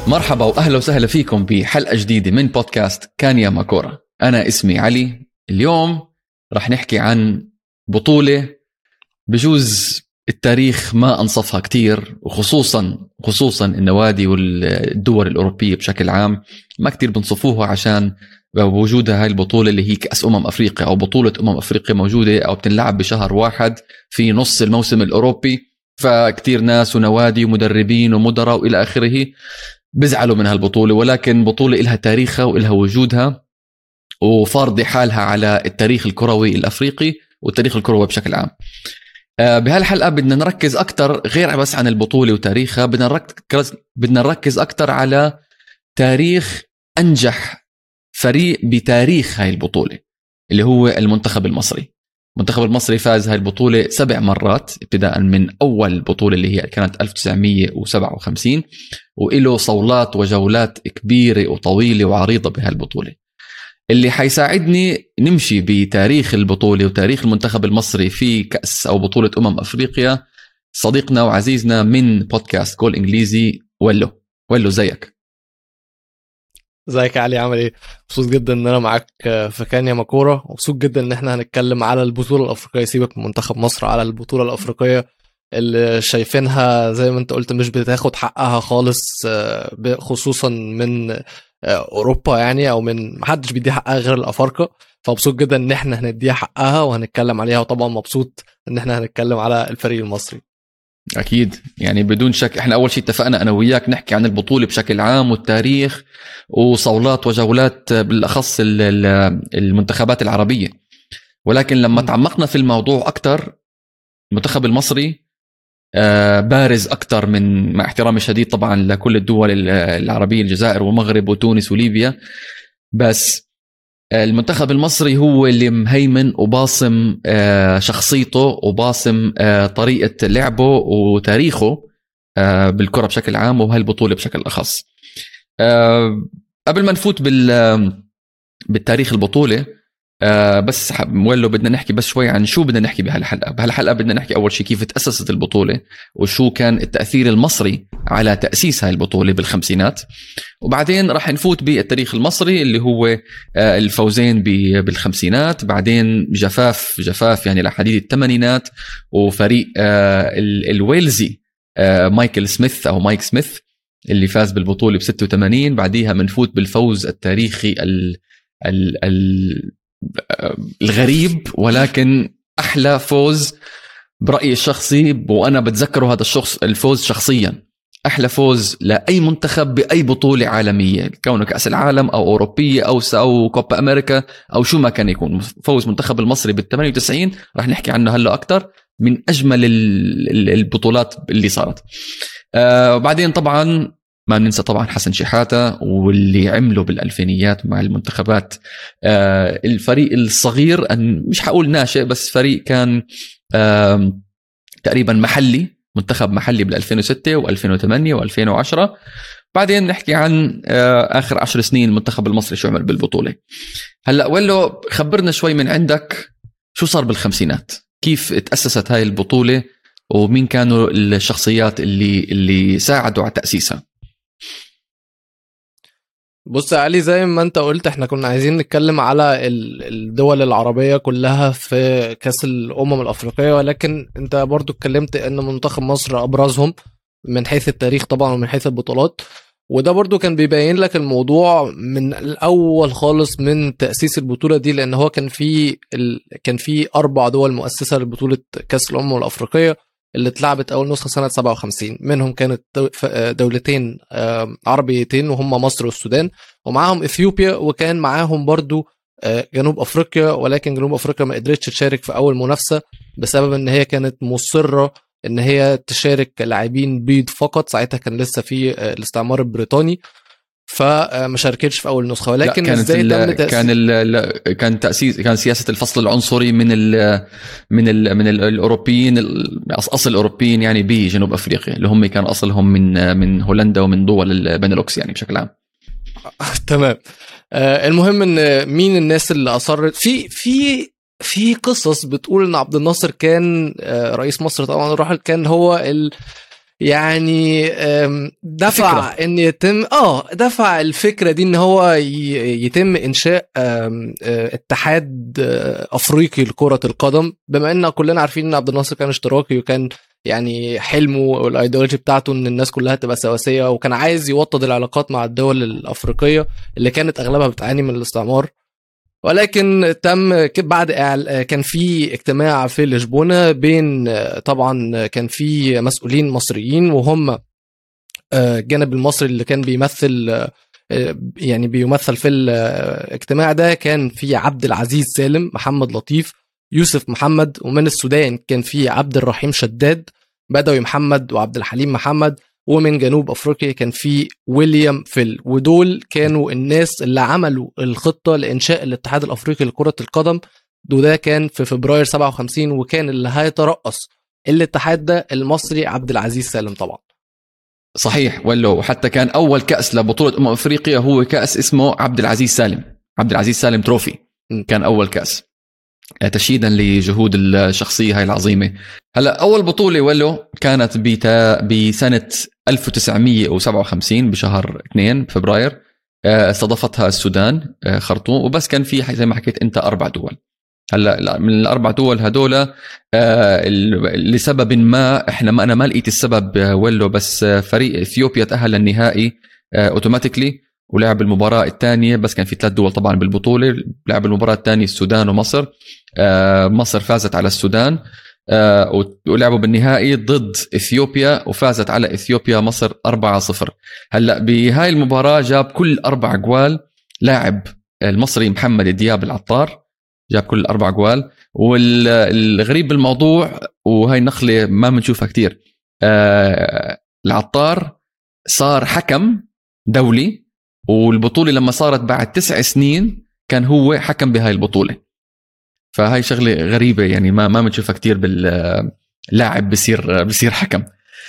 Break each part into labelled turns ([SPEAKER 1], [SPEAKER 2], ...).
[SPEAKER 1] مرحبا وأهلا وسهلا فيكم بحلقة جديدة من بودكاست كان يا ماكورا. أنا اسمي علي. اليوم رح نحكي عن بطولة بجوز التاريخ ما أنصفها كتير، وخصوصا النوادي والدول الأوروبية بشكل عام ما كتير بنصفوها عشان وجودها هاي البطولة اللي هي كأس أفريقيا أو بطولة أفريقيا موجودة أو بتنلعب بشهر واحد في نص الموسم الأوروبي. فكتير ناس ونوادي ومدربين ومدراء وإلى آخره بزعلوا من هالبطولة، ولكن بطولة إلها تاريخها وإلها وجودها وفارض حالها على التاريخ الكروي الأفريقي والتاريخ الكروي بشكل عام. بهالحلقة بدنا نركز أكتر غير بس عن البطولة وتاريخها، بدنا نركز أكتر على تاريخ أنجح فريق بتاريخ هاي البطولة اللي هو المنتخب المصري. المنتخب المصري فاز هاي البطولة 7 مرات ابتداء من أول بطولة اللي هي كانت 1957، وإله صولات وجولات كبيرة وطويلة وعريضة بهالبطولة. اللي حيساعدني نمشي بتاريخ البطولة وتاريخ المنتخب المصري في كأس أو بطولة أفريقيا صديقنا وعزيزنا من بودكاست جول إنجليزي ولو زيك
[SPEAKER 2] يا علي، عامل ايه؟ مبسوط جدا ان انا معاك في كان يا ماكورا. مبسوط جدا ان احنا هنتكلم على البطولة الافريقية. سيبك من منتخب مصر، على البطولة الافريقية اللي شايفينها زي ما انت قلت مش بتاخد حقها خالص، خصوصا من اوروبا يعني، او من محدش بيديها حقها غير الافارقه. فمبسوط جدا ان احنا هنديها حقها وهنتكلم عليها، وطبعا مبسوط ان احنا هنتكلم على الفريق المصري.
[SPEAKER 1] أكيد يعني بدون شك. إحنا أول شيء اتفقنا أنا وياك نحكي عن البطولة بشكل عام والتاريخ وصولات وجولات بالأخص المنتخبات العربية، ولكن لما تعمقنا في الموضوع أكتر المنتخب المصري بارز أكتر، من مع احترامي الشديد طبعا لكل الدول العربية، الجزائر والمغرب وتونس وليبيا، بس المنتخب المصري هو اللي مهيمن وباصم شخصيته وباصم طريقة لعبه وتاريخه بالكرة بشكل عام وهالبطولة بشكل أخص. قبل ما نفوت بالتاريخ البطولة بس ولو بدنا نحكي بس شوي عن شو بدنا نحكي بهالحلقة بدنا نحكي أول شيء كيف تأسست البطولة وشو كان التأثير المصري على تأسيس هاي البطولة بالخمسينات، وبعدين راح نفوت بالتاريخ المصري اللي هو الفوزين بالخمسينات، بعدين جفاف يعني لحديد الثمانينات وفريق الويلزي مايكل سميث أو مايك سميث اللي فاز بالبطولة ب86. بعديها منفوت بالفوز التاريخي الغريب ولكن أحلى فوز برأيي الشخصي، وأنا بتذكره هذا الفوز شخصيا، أحلى فوز لأي منتخب بأي بطولة عالمية، كونه كأس العالم أو أوروبية أو كوبا أمريكا أو شو ما كان يكون. فوز منتخب المصري بال98 رح نحكي عنه هلأ أكتر، من أجمل البطولات اللي صارت. وبعدين طبعا ما ننسى طبعا حسن شحاتة واللي عمله بالألفينيات مع المنتخبات. الفريق الصغير، مش حقول ناشئ، بس فريق كان تقريبا محلي، منتخب محلي بال2006 و2008 و2010. بعدين نحكي عن آخر 10 سنين المنتخب المصري شو عمل بالبطولة. هلأ ولو خبرنا شوي من عندك شو صار بالخمسينات، كيف تأسست هاي البطولة ومين كانوا الشخصيات اللي ساعدوا على تأسيسها.
[SPEAKER 2] بص يا علي، زي ما انت قلت احنا كنا عايزين نتكلم على الدول العربية كلها في كأس الأفريقية، ولكن انت برضو اتكلمت ان منتخب مصر أبرزهم من حيث التاريخ طبعا ومن حيث البطولات، وده برضو كان بيبين لك الموضوع من الأول خالص من تأسيس البطولة دي، لأن هو كان في 4 دول مؤسسة لبطولة كأس الأفريقية اللي اتلعبت أول نسخة سنة 57. منهم كانت دولتين عربيتين وهم مصر والسودان، ومعاهم إثيوبيا، وكان معاهم برضو جنوب أفريقيا، ولكن جنوب أفريقيا ما قدرتش تشارك في أول منافسة بسبب ان هي كانت مصرة ان هي تشارك لاعبين بيض فقط. ساعتها كان لسه في الاستعمار البريطاني، فما شاركتش في اول نسخه. ولكن ازاي تم تأسيس
[SPEAKER 1] كان سياسه الفصل العنصري من الاوروبيين، اصل الاوروبيين يعني بجنوب افريقيا اللي هم كان اصلهم من هولندا ومن دول البنلوكس يعني بشكل عام.
[SPEAKER 2] تمام. المهم ان مين الناس اللي اصرت في قصص بتقول ان عبد الناصر كان رئيس مصر طبعا الراحل، كان هو يعني دفع
[SPEAKER 1] فكرة.
[SPEAKER 2] ان يتم دفع الفكره دي ان هو يتم انشاء اتحاد افريقي لكره القدم، بما ان كلنا عارفين ان عبد الناصر كان اشتراكي، وكان يعني حلمه والايديولوجي بتاعته ان الناس كلها تبقى سواسيه، وكان عايز يوطد العلاقات مع الدول الافريقيه اللي كانت اغلبها بتعاني من الاستعمار. ولكن تم بعد كان في اجتماع في لشبونة بين طبعا كان في مسؤولين مصريين، وهم الجانب المصري اللي كان بيمثل يعني بيمثل في الاجتماع ده كان في عبد العزيز سالم، محمد لطيف، يوسف محمد، ومن السودان كان في عبد الرحيم شداد، بدوي محمد، وعبد الحليم محمد، ومن جنوب افريقيا كان في ويليام فيل. ودول كانوا الناس اللي عملوا الخطه لانشاء الاتحاد الافريقي لكره القدم، وده كان في فبراير 57، وكان اللي هيترأس الاتحاد ده المصري عبد العزيز سالم طبعا.
[SPEAKER 1] صحيح، ولو حتى كان اول كأس لبطوله افريقيا هو كأس اسمه عبد العزيز سالم، عبد العزيز سالم تروفي، كان اول كأس تشييدا لجهود الشخصيه هاي العظيمه. هلا اول بطوله ولو كانت بسنه 1957 بشهر 2 فبراير، استضافتها السودان خرطوم، وبس كان في زي ما حكيت انت 4 دول. هلا من ال4 دول هدول لسبب ما انا ما لقيت السبب ولو، بس فريق اثيوبيا تأهل للنهائي اوتوماتيكلي ولعب المباراة الثانية، بس كان في 3 دول طبعا بالبطولة، لعب المباراة الثانية السودان ومصر. مصر فازت على السودان ولعبوا بالنهائي ضد اثيوبيا، وفازت على اثيوبيا مصر 4-0. هلا بهاي المباراة جاب كل 4 جوال لاعب المصري محمد دياب العطار، جاب كل 4 جوال. والغريب بالموضوع، وهي نخلة ما بنشوفها كتير، العطار صار حكم دولي، والبطولة لما صارت بعد 9 سنين كان هو حكم بهاي البطولة. فهاي شغلة غريبة يعني ما بنشوفها كتير باللاعب بصير حكم.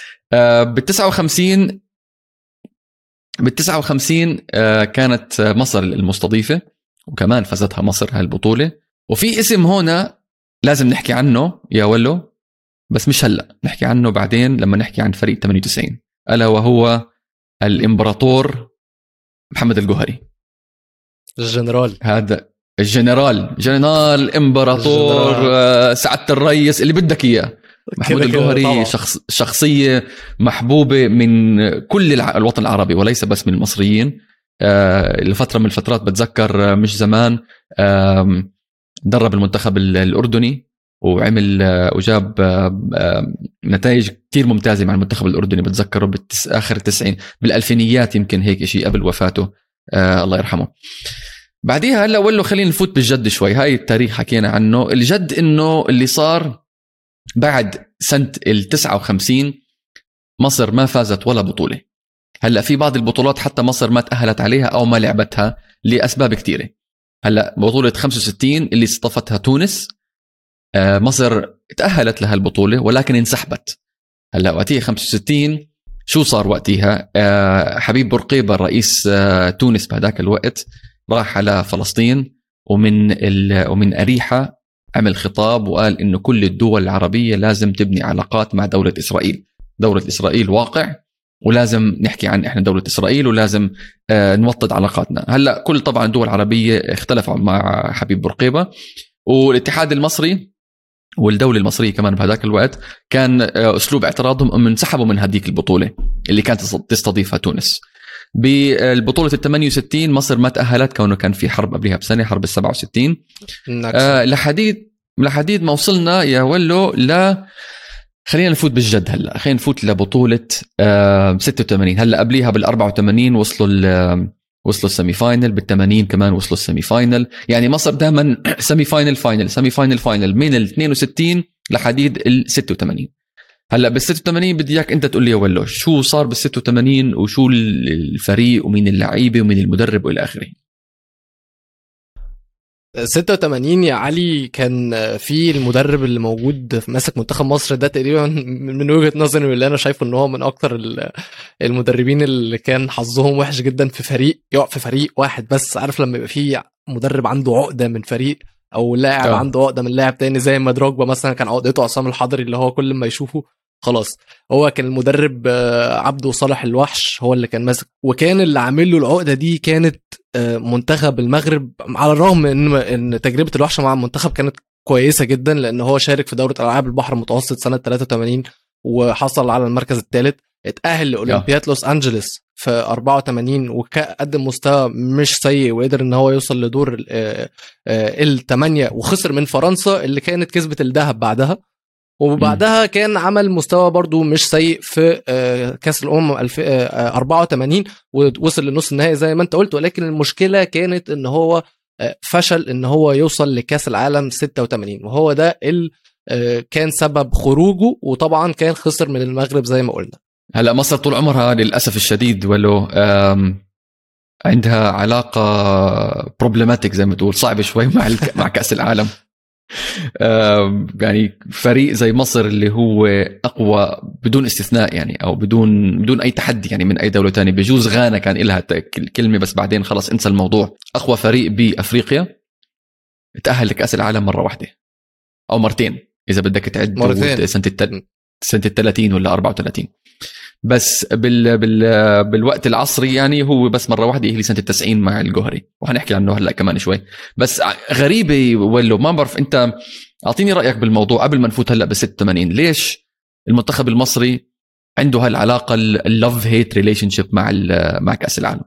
[SPEAKER 1] بال59 كانت مصر المستضيفة، وكمان فازتها مصر هاي البطولة. وفي اسم هنا لازم نحكي عنه يا ولو، بس مش هلأ، نحكي عنه بعدين لما نحكي عن فريق 98، ألا وهو الإمبراطور محمد الجوهري،
[SPEAKER 2] الجنرال.
[SPEAKER 1] هذا جنرال إمبراطور سعادة الرئيس اللي بدك إياه. محمود الجوهري شخصية محبوبة من كل الوطن العربي وليس بس من المصريين. لفترة من الفترات بتذكر مش زمان درب المنتخب الأردني وعمل وجاب نتائج كتير ممتازة مع المنتخب الأردني، بتذكره آخر 90 بالألفينيات يمكن هيك شيء قبل وفاته، الله يرحمه. بعديها هلا ولو خلينا نفوت بالجد شوي. هاي التاريخ حكينا عنه، الجد إنه اللي صار بعد سنة 59 مصر ما فازت ولا بطولة. هلا في بعض البطولات حتى مصر ما تأهلت عليها أو ما لعبتها لأسباب كتيرة. هلا بطولة 65 اللي استضافتها تونس، مصر تأهلت لها البطولة ولكن انسحبت. هلا وقتها 65 شو صار وقتها؟ حبيب بورقيبة رئيس تونس بهداك الوقت راح على فلسطين ومن أريحة عمل خطاب وقال إنه كل الدول العربية لازم تبني علاقات مع دولة إسرائيل. دولة إسرائيل واقع ولازم نحكي عن إحنا دولة إسرائيل ولازم نوطد علاقاتنا. هلأ كل طبعا دول عربية اختلفوا مع حبيب بورقيبة، والاتحاد المصري والدولة المصرية كمان بهذاك الوقت كان أسلوب اعتراضهم أن انسحبوا من هذيك البطولة اللي كانت تستضيفها تونس. بالبطولة 68 مصر ما تأهلت كونه كان في حرب قبلها بسنة، حرب 67. لحديد ما وصلنا يا ولو خلينا نفوت بالجد. هلا خلينا نفوت لبطولة 86. هلا قبليها بال84 وصلوا السيمي فاينل، بال80 كمان وصلوا السيمي فاينل. يعني مصر دائما سيمي فاينل من ال 62 لحديد ال 86. هلا بال 86 بدي اياك انت تقول لي يا ولو شو صار بال 86 وشو الفريق ومين اللعيبه ومين المدرب والى اخره.
[SPEAKER 2] 86 يا علي كان في المدرب اللي موجود في ماسك منتخب مصر ده تقريبا من وجهة نظري واللي انا شايفه ان هو من اكتر المدربين اللي كان حظهم وحش جدا في فريق يقف في فريق واحد بس. عارف لما يبقى في مدرب عنده عقدة من فريق او لاعب عنده عقدة من لاعب تاني، زي ما دروجبا مثلا كان عقدته عصام الحضري اللي هو كل ما يشوفه خلاص هو كان المدرب عبده صالح الوحش هو اللي كان ماسك، وكان اللي عامل له العقده دي كانت منتخب المغرب، على الرغم ان تجربه الوحش مع المنتخب كانت كويسه جدا، لان هو شارك في دوره العاب البحر المتوسط سنه 83 وحصل على المركز الثالث، اتاهل لاولمبياد لوس انجلوس في 84 وقدم مستوى مش سيء، وقدر ان هو يوصل لدور ال8 وخسر من فرنسا اللي كانت كسبت الذهب بعدها، وبعدها كان عمل مستوى برضو مش سيء في كاس الامم 84 ووصل لنص النهائي زي ما انت قلت، ولكن المشكله كانت ان هو فشل ان هو يوصل لكاس العالم 86، وهو ده كان سبب خروجه، وطبعا كان خسر من المغرب زي ما قلنا.
[SPEAKER 1] هلا مصر طول عمرها للاسف الشديد ولو عندها علاقه بروبلماتيك زي ما تقول، صعبه شوي مع كاس العالم. يعني فريق زي مصر اللي هو اقوى بدون استثناء يعني، او بدون اي تحدي يعني من اي دوله تانية، بجوز غانا كان لها كلمه بس بعدين خلاص انسى الموضوع. اقوى فريق بافريقيا تاهل لكاس العالم مره واحده او مرتين اذا بدك تعد سنه 30 ولا 34، بس بالوقت العصري يعني هو بس مره واحده هي سنه 90 مع الجوهري، وهنحكي عنه هلا كمان شوي. بس غريبه ولو ما بعرف، انت اعطيني رايك بالموضوع قبل ما نفوت هلا ب 86. ليش المنتخب المصري عنده هالعلاقه اللوف هيت ريليشن شيب مع كاس العالم؟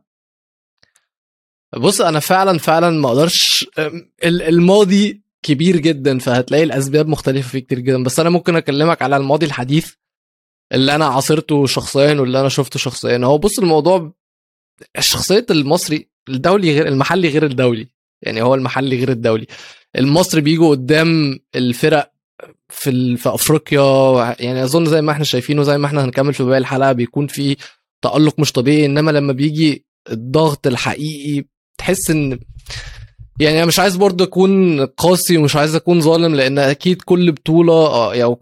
[SPEAKER 2] بص انا فعلا ما اقدرش، الماضي كبير جدا فهتلاقي الاسباب مختلفه فيه كتير جدا، بس انا ممكن اكلمك على الماضي الحديث اللي انا عاصرته شخصيا واللي انا شفته شخصيا. هو بص الموضوع الشخصيه المصري الدولي غير المحلي غير الدولي، يعني هو المحلي غير الدولي. المصري بيجوا قدام الفرق في افريقيا، يعني اظن زي ما احنا شايفينه زي ما احنا هنكمل في باقي الحلقه بيكون في تألق مش طبيعي، انما لما بيجي الضغط الحقيقي تحس ان يعني انا مش عايز برضه اكون قاسي ومش عايز اكون ظالم، لان اكيد كل بطوله يعني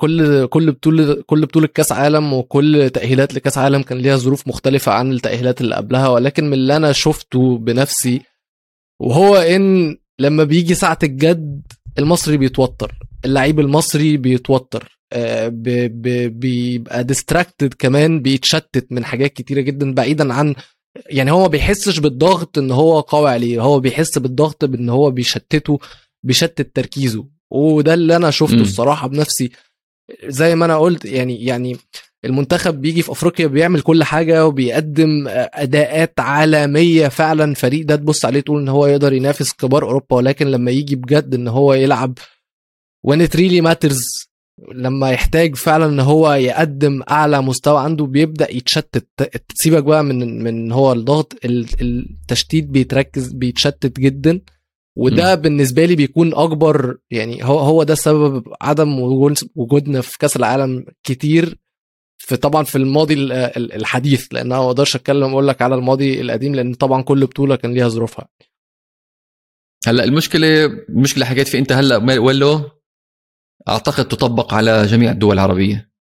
[SPEAKER 2] كل بطوله كاس عالم وكل تاهيلات لكاس عالم كان ليها ظروف مختلفه عن التاهيلات اللي قبلها، ولكن من اللي انا شفته بنفسي وهو ان لما بيجي ساعه الجد المصري بيتوتر، اللعيب المصري بيتوتر، بيبقى ديستراكتد كمان، بيتشتت من حاجات كتيره جدا بعيدا عن يعني هو ما بيحسش بالضغط ان هو قوي عليه، هو بيحس بالضغط بان هو بيشتت تركيزه، وده اللي انا شفته الصراحه بنفسي. زي ما انا قلت يعني المنتخب بيجي في افريقيا بيعمل كل حاجه وبيقدم اداءات عالميه فعلا، فريق ده تبص عليه تقول ان هو يقدر ينافس كبار اوروبا، ولكن لما يجي بجد ان هو يلعب when it really matters، لما يحتاج فعلا ان هو يقدم اعلى مستوى عنده بيبدا يتشتت. سيبك بقى من هو الضغط، التشتيت بيتشتت جدا، وده بالنسبه لي بيكون اكبر، يعني هو ده سبب عدم وجودنا في كاس العالم كتير طبعا في الماضي الحديث، لان انا ما اقدرش اتكلم اقول لك على الماضي القديم لان طبعا كل بطوله كان ليها ظروفها.
[SPEAKER 1] هلا المشكله حكيت في انت هلا ولو اعتقد تطبق على جميع الدول العربيه،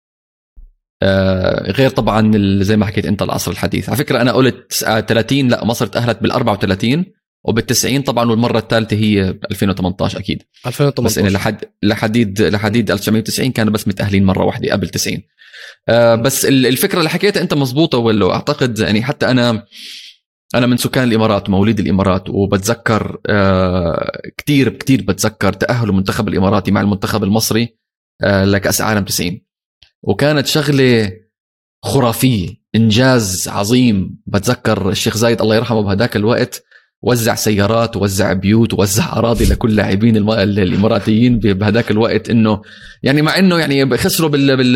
[SPEAKER 1] غير طبعا زي ما حكيت انت العصر الحديث. على فكره انا قلت 30 لا مصر تاهلت بال34 وبال90 طبعا، والمره الثالثه هي 2018 اكيد 2018، بس إن لحديد 1990 كانوا بس متاهلين مره واحده قبل 90. بس الفكره اللي حكيتها انت مزبوطه، ولو اعتقد يعني حتى انا من سكان الامارات، مواليد الامارات، وبتذكر كتير بتذكر تاهل المنتخب الاماراتي مع المنتخب المصري لكاس عالم 90، وكانت شغله خرافيه، انجاز عظيم. بتذكر الشيخ زايد الله يرحمه بهداك الوقت وزع سيارات ووزع بيوت ووزع اراضي لكل لاعبين الاماراتيين بهداك الوقت، انه يعني مع انه يعني خسروا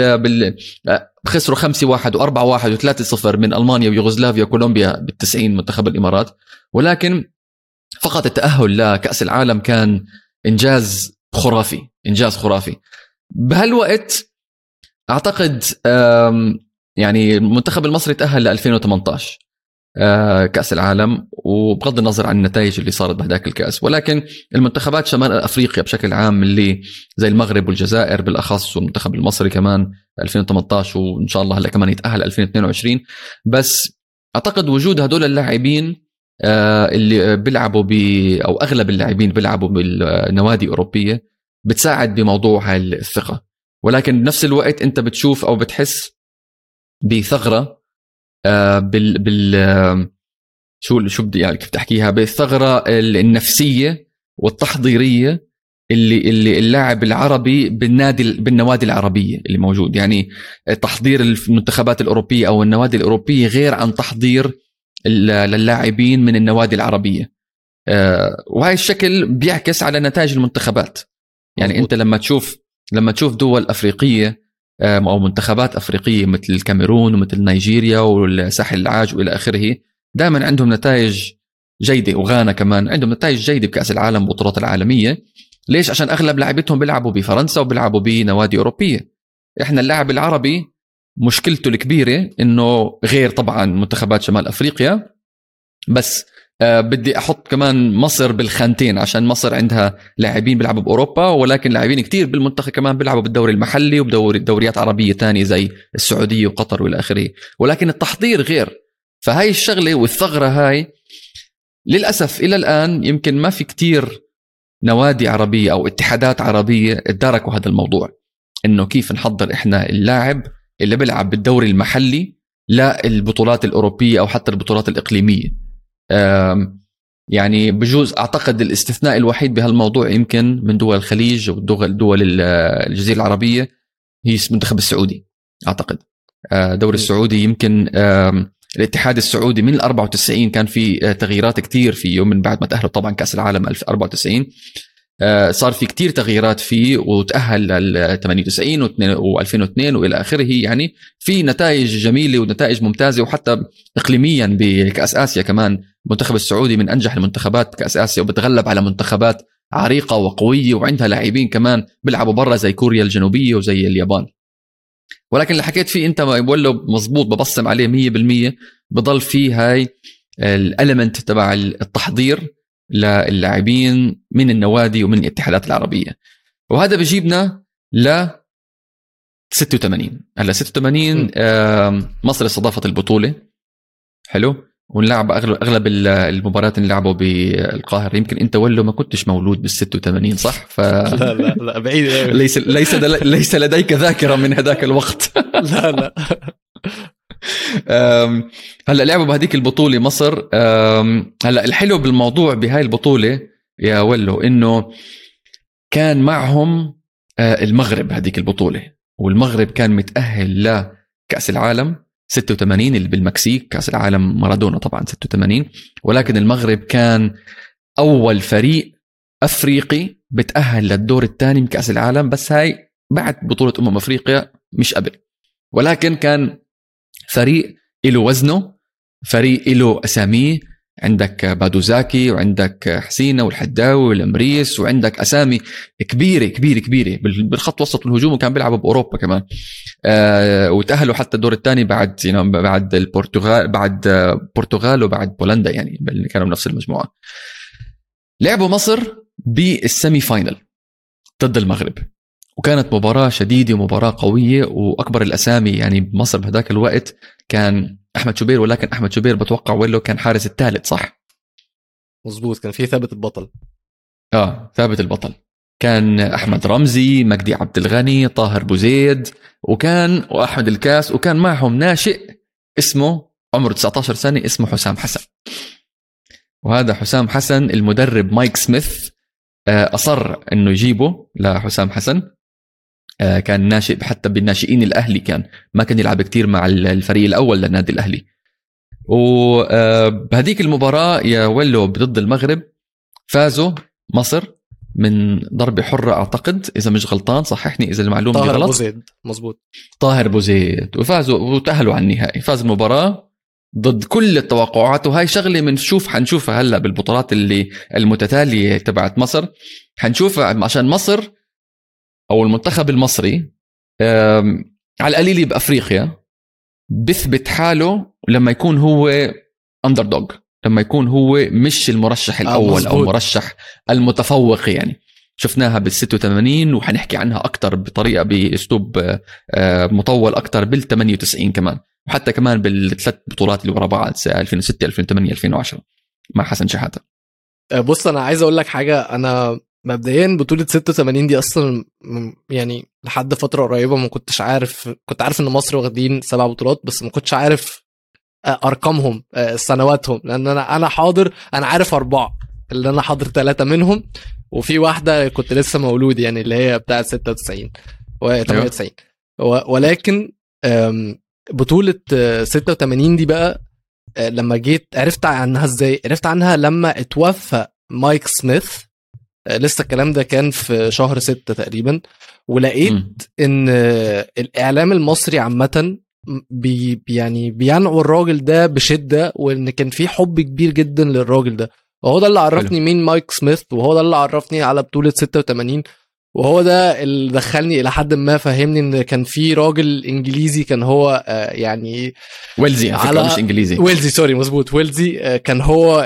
[SPEAKER 1] خسروا 5-1 و4-1 و3-0 من المانيا ويوغوسلافيا وكولومبيا بال90 منتخب الامارات، ولكن فقط التاهل لكاس العالم كان انجاز خرافي. بهالوقت اعتقد يعني المنتخب المصري تاهل ل 2018 كأس العالم، وبغض النظر عن النتائج اللي صارت بهداك الكأس، ولكن المنتخبات شمال أفريقيا بشكل عام اللي زي المغرب والجزائر بالأخص والمنتخب المصري كمان 2018 وإن شاء الله هلا كمان يتأهل 2022. بس أعتقد وجود هدول اللاعبين اللي بيلعبوا أو أغلب اللاعبين بيلعبوا بالنوادي أوروبية بتساعد بموضوع الثقة. ولكن بنفس الوقت انت بتشوف او بتحس بثغره شو بدي يعني كيف تحكيها، بالثغره النفسيه والتحضيريه اللي اللاعب العربي بالنوادي العربيه اللي موجود. يعني تحضير المنتخبات الاوروبيه او النوادي الاوروبيه غير عن تحضير للاعبين من النوادي العربيه. وهاي الشكل بيعكس على نتائج المنتخبات. يعني انت لما تشوف دول افريقيه او منتخبات افريقيه مثل الكاميرون ومثل نيجيريا والساحل العاج والى اخره، دائما عندهم نتائج جيده، وغانا كمان عندهم نتائج جيده بكاس العالم والبطولات العالميه. ليش؟ عشان اغلب لاعبتهم بيلعبوا بفرنسا وبيلعبوا بنوادي اوروبيه. احنا اللاعب العربي مشكلته الكبيره انه غير طبعا منتخبات شمال افريقيا، بس بدي احط كمان مصر بالخانتين، عشان مصر عندها لاعبين بيلعبوا باوروبا، ولكن لاعبين كتير بالمنتخب كمان بيلعبوا بالدوري المحلي وبدوريات عربيه تانية زي السعوديه وقطر والى اخره، ولكن التحضير غير. فهاي الشغله والثغره هاي للاسف الى الان يمكن ما في كتير نوادي عربيه او اتحادات عربيه ادركوا هذا الموضوع، انه كيف نحضر احنا اللاعب اللي بيلعب بالدوري المحلي للبطولات الاوروبيه او حتى البطولات الاقليميه. يعني بجوز اعتقد الاستثناء الوحيد بهالموضوع يمكن من دول الخليج ودول الجزيره العربيه هي المنتخب السعودي. اعتقد دوري السعودي يمكن الاتحاد السعودي من 94 كان في تغييرات كتير فيه من بعد ما تأهلوا طبعا كأس العالم 94. صار في كتير تغييرات فيه وتأهل ل 98 و2002 وإلى آخره. يعني في نتائج جميلة ونتائج ممتازة، وحتى إقليميا بكأس آسيا كمان المنتخب السعودي من أنجح المنتخبات كأس آسيا، وبتغلب على منتخبات عريقة وقوية وعندها لاعبين كمان بيلعبوا برا زي كوريا الجنوبية وزي اليابان. ولكن اللي حكيت فيه انت ولو مزبوط ببصم عليه 100%، بضل فيه هاي الاليمنت تبع التحضير للاعبين من النوادي ومن الاتحادات العربية. وهذا بيجيبنا ل 86. هلا 86 مصر استضافت البطولة، حلو، ونلعب اغلب المباريات اللي لعبوا بالقاهره. يمكن انت ولو ما كنتش مولود بال86 صح؟
[SPEAKER 2] لا بعيد.
[SPEAKER 1] ليس لديك ذاكره من هذاك الوقت.
[SPEAKER 2] لا
[SPEAKER 1] هلا لعبوا بهذيك البطوله مصر. هلا الحلو بالموضوع بهاي البطوله يا ولو انه كان معهم المغرب هذيك البطوله، والمغرب كان متاهل لكاس العالم 86 اللي بالمكسيك، كأس العالم مارادونا طبعا 86. ولكن المغرب كان أول فريق أفريقي بتأهل للدور الثاني من كأس العالم، بس هاي بعد بطولة أفريقيا مش قبل. ولكن كان فريق له وزنه، فريق له أساميه، عندك بادوزاكي وعندك حسينة والحداوي والأمريس، وعندك أسامي كبيرة كبيرة كبيرة بالخط وسط الهجوم، وكان بيلعبوا بأوروبا كمان. وتأهلوا حتى الدور الثاني بعد بعد البرتغال، بعد البرتغال وبعد بولندا، يعني كانوا بنفس المجموعة. لعبوا مصر بالسيمي فاينل ضد المغرب، وكانت مباراة شديدة ومباراة قوية. وأكبر الأسامي يعني بمصر بهذاك الوقت كان أحمد شوبير، ولكن أحمد شوبير بتوقع ولو كان حارس الثالث صح؟
[SPEAKER 2] مزبوط، كان في ثابت البطل.
[SPEAKER 1] ثابت البطل كان أحمد رمزي، مجدي عبد الغني، طاهر بوزيد، وأحمد الكاس، وكان معهم ناشئ اسمه عمره 19 سنة اسمه حسام حسن. وهذا حسام حسن المدرب مايك سميث أصر أنه يجيبه لحسام حسن. كان ناشئ حتى بالناشئين الأهلي، كان ما كان يلعب كتير مع الفريق الأول للنادي الأهلي. وبهذيك المباراة يا ولو ضد المغرب فازوا مصر من ضربة حرة أعتقد، إذا مش غلطان صححني إذا المعلومة غلط.
[SPEAKER 2] طاهر بوزيد، مزبوط،
[SPEAKER 1] طاهر بوزيد، وفازوا وتأهلوا على النهائي. فاز المباراة ضد كل التوقعات. وهاي شغلة حنشوفها هلأ بالبطولات اللي المتتالية تبعت مصر، حنشوفها عشان مصر أو المنتخب المصري على القليل بأفريقيا بثبت حاله لما يكون هو أندردوغ، لما يكون هو مش المرشح الأول أو المرشح المتفوق. يعني شفناها بال86 وحنحكي عنها أكتر بطريقة بأسلوب مطول أكتر بال98 كمان، وحتى كمان بالثلاث بطولات اللي ورا بعض 2006 2008 2010 مع حسن شحاتة.
[SPEAKER 2] بص أنا عايز أقول لك حاجة. أنا مبدئيا بطولة 86 دي اصلا يعني لحد فترة قريبة ما كنتش عارف. كنت عارف ان مصر واخدين 7 بطولات بس ما كنتش عارف ارقامهم سنواتهم، لان انا حاضر، انا عارف 4 اللي انا حاضر 3 منهم، وفي واحدة كنت لسه مولود يعني اللي هي بتاعة 96 و 98. ولكن بطولة 86 دي بقى لما جيت عرفت عنها ازاي؟ عرفت عنها لما اتوفى مايك سميث. لسه الكلام ده كان في شهر 6 تقريبا، ولقيت ان الاعلام المصري عامة يعني بينعوا الراجل ده بشدة، وان كان في حب كبير جدا للراجل ده. وهو ده اللي عرفني مين مايك سميث، وهو ده اللي عرفني على بطولة 86، وهو ده اللي دخلني الى حد ما فهمني ان كان في راجل انجليزي كان هو يعني
[SPEAKER 1] ويلزي على مش انجليزي،
[SPEAKER 2] ويلزي سوري مظبوط، ويلزي كان هو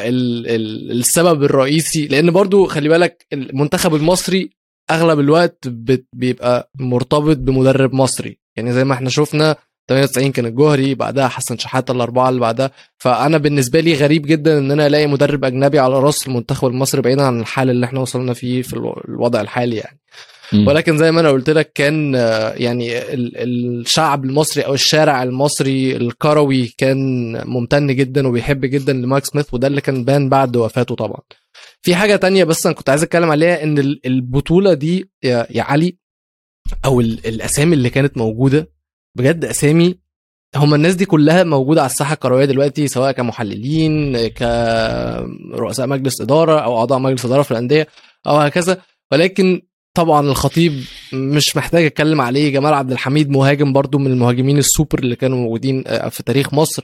[SPEAKER 2] السبب الرئيسي. لان برضو خلي بالك المنتخب المصري اغلب الوقت بيبقى مرتبط بمدرب مصري، يعني زي ما احنا شفنا 98 كان الجوهري، بعدها حسن شحاتة، الأربعة اللي بعدها. فأنا بالنسبة لي غريب جدا إن أنا ألاقي مدرب أجنبي على رأس المنتخب المصري بعيدا عن الحال اللي احنا وصلنا فيه في الوضع الحالي يعني. ولكن زي ما أنا قلت لك كان يعني الشعب المصري أو الشارع المصري الكروي كان ممتن جدا وبيحب جدا لمايك سميث، وده اللي كان بان بعد وفاته طبعا. في حاجة تانية بس أنا كنت عايز أتكلم عليها، إن البطولة دي يا علي أو الأسامي اللي كانت موجودة بجد أسامي، هم الناس دي كلها موجودة على الساحة الكروية دلوقتي، سواء كمحللين كرؤساء مجلس إدارة أو أعضاء مجلس إدارة في الأندية أو هكذا. ولكن طبعا الخطيب مش محتاج أتكلم عليه، جمال عبد الحميد مهاجم برضو من المهاجمين السوبر اللي كانوا موجودين في تاريخ مصر،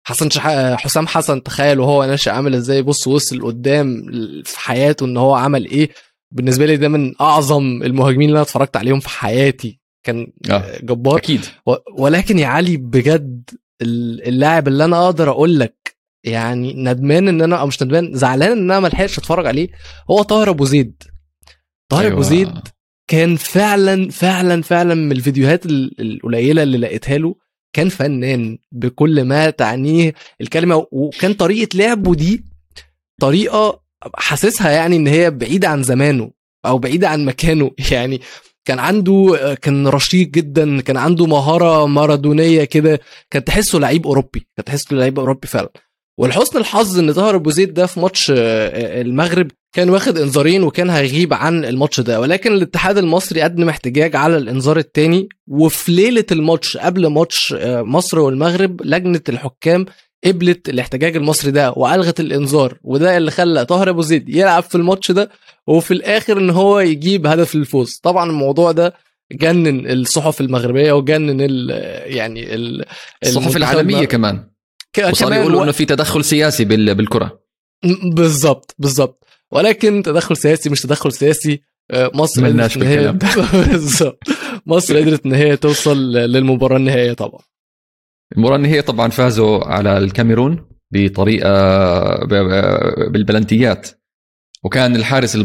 [SPEAKER 2] حسام حسن تخيل وهو ناشئ عامل ازاي، بص وصل قدام في حياته ان هو عمل ايه. بالنسبة لي ده من أعظم المهاجمين اللي أنا اتفرجت عليهم في حياتي، كان جبار
[SPEAKER 1] أكيد.
[SPEAKER 2] ولكن يا علي بجد اللاعب اللي انا اقدر اقول لك يعني ندمان ان انا، او مش ندمان، زعلان ان انا ما لحقتش اتفرج عليه، هو طاهر ابو زيد. طاهر ابو زيد كان فعلا فعلا فعلا من الفيديوهات القليله اللي لقيتها له، كان فنان بكل ما تعنيه الكلمه. وكان طريقه لعبه دي طريقه حاسسها يعني ان هي بعيده عن زمانه او بعيده عن مكانه يعني. كان رشيق جدا، كان عنده مهارة مارادونية كده، كان تحسه لعيب أوروبي، كان تحسه لعيب أوروبي فعلا. والحسن الحظ ان طاهر ابو زيد ده في ماتش المغرب كان واخد انذارين وكان هيغيب عن الماتش ده، ولكن الاتحاد المصري قدم احتجاج على الانذار الثاني. وفي ليلة الماتش قبل ماتش مصر والمغرب لجنة الحكام قبلت الاحتجاج المصري ده والغت الانذار، وده اللي خلى طاهر ابو زيد يلعب في الماتش ده، وفي الاخر ان هو يجيب هدف الفوز. طبعا الموضوع ده جنن الصحف المغربيه وجنن يعني
[SPEAKER 1] الصحف العالميه كمان، وصار يقولوا انه في تدخل سياسي بالكره.
[SPEAKER 2] بالظبط. ولكن تدخل سياسي مش تدخل سياسي، مصر قدرت ان هي بالظبط مصر قدرت ان هي توصل للمباراه النهائيه. طبعا
[SPEAKER 1] المباراه النهائيه طبعا فازوا على الكاميرون بطريقه بالبلنتيات، وكان الحارس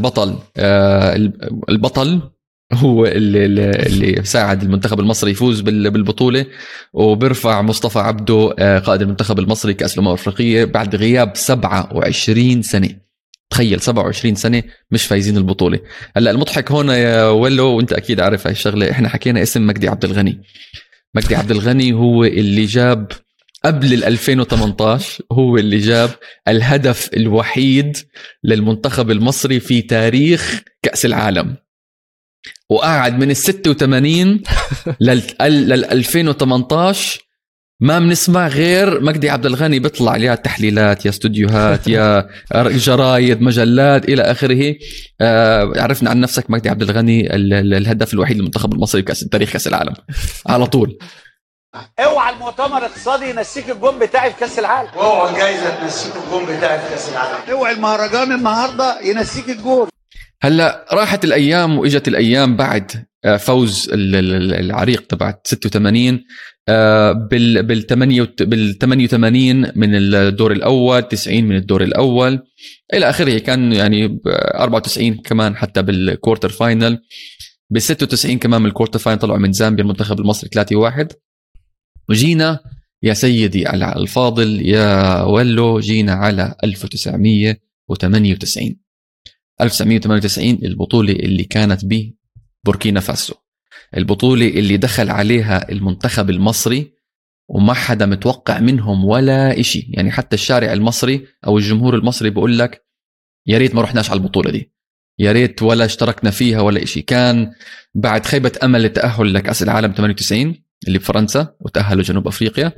[SPEAKER 1] البطل هو اللي ساعد المنتخب المصري يفوز بالبطولة. وبرفع مصطفى عبده قائد المنتخب المصري كأس الأمم الأفريقية بعد غياب 27 سنة. تخيل 27 سنة مش فايزين البطولة. هلا المضحك هنا يا ولو، وانت أكيد عارف هاي الشغلة، احنا حكينا اسم مجدي عبد الغني. مجدي عبد الغني هو اللي جاب قبل 2018 هو اللي جاب الهدف الوحيد للمنتخب المصري في تاريخ كأس العالم، وقاعد من 86 لل 2018 ما بنسمع غير مجدي عبد الغني بيطلع يا تحليلات يا استوديوهات يا جرايد مجلات إلى آخره. عرفنا عن نفسك مجدي عبد الغني الهدف الوحيد للمنتخب المصري في تاريخ كأس العالم على طول.
[SPEAKER 3] اوعى المؤتمر الاقتصادي ينسيك الجون بتاعي في كاس العالم،
[SPEAKER 4] واوعى الجايزه تنسيك الجون بتاعي في كاس العالم،
[SPEAKER 3] اوعى المهرجان النهارده ينسيك الجول.
[SPEAKER 1] هلا راحت الايام واجت الايام بعد فوز العريق تبع 86 بال 88 من الدور الاول، 90 من الدور الاول الى اخره. كان يعني 94 كمان حتى بالكوارتر فاينل، بال 96 كمان من الكوارتر فاينل طلعوا من زامبيا المنتخب المصري 3-1. وجينا يا سيدي على الفاضل يا ولو، جينا على 1998. 1998 البطولة اللي كانت ببوركينا فاسو، البطولة اللي دخل عليها المنتخب المصري وما حدا متوقع منهم ولا إشي. يعني حتى الشارع المصري أو الجمهور المصري بقول لك يا ريت ما رحناش على البطولة دي، يا ريت ولا اشتركنا فيها ولا إشي. كان بعد خيبة أمل التأهل لكأس العالم 98 اللي بفرنسا وتأهلوا جنوب أفريقيا،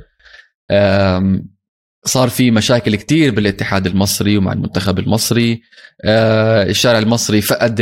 [SPEAKER 1] صار في مشاكل كتير بالاتحاد المصري ومع المنتخب المصري. الشارع المصري فقد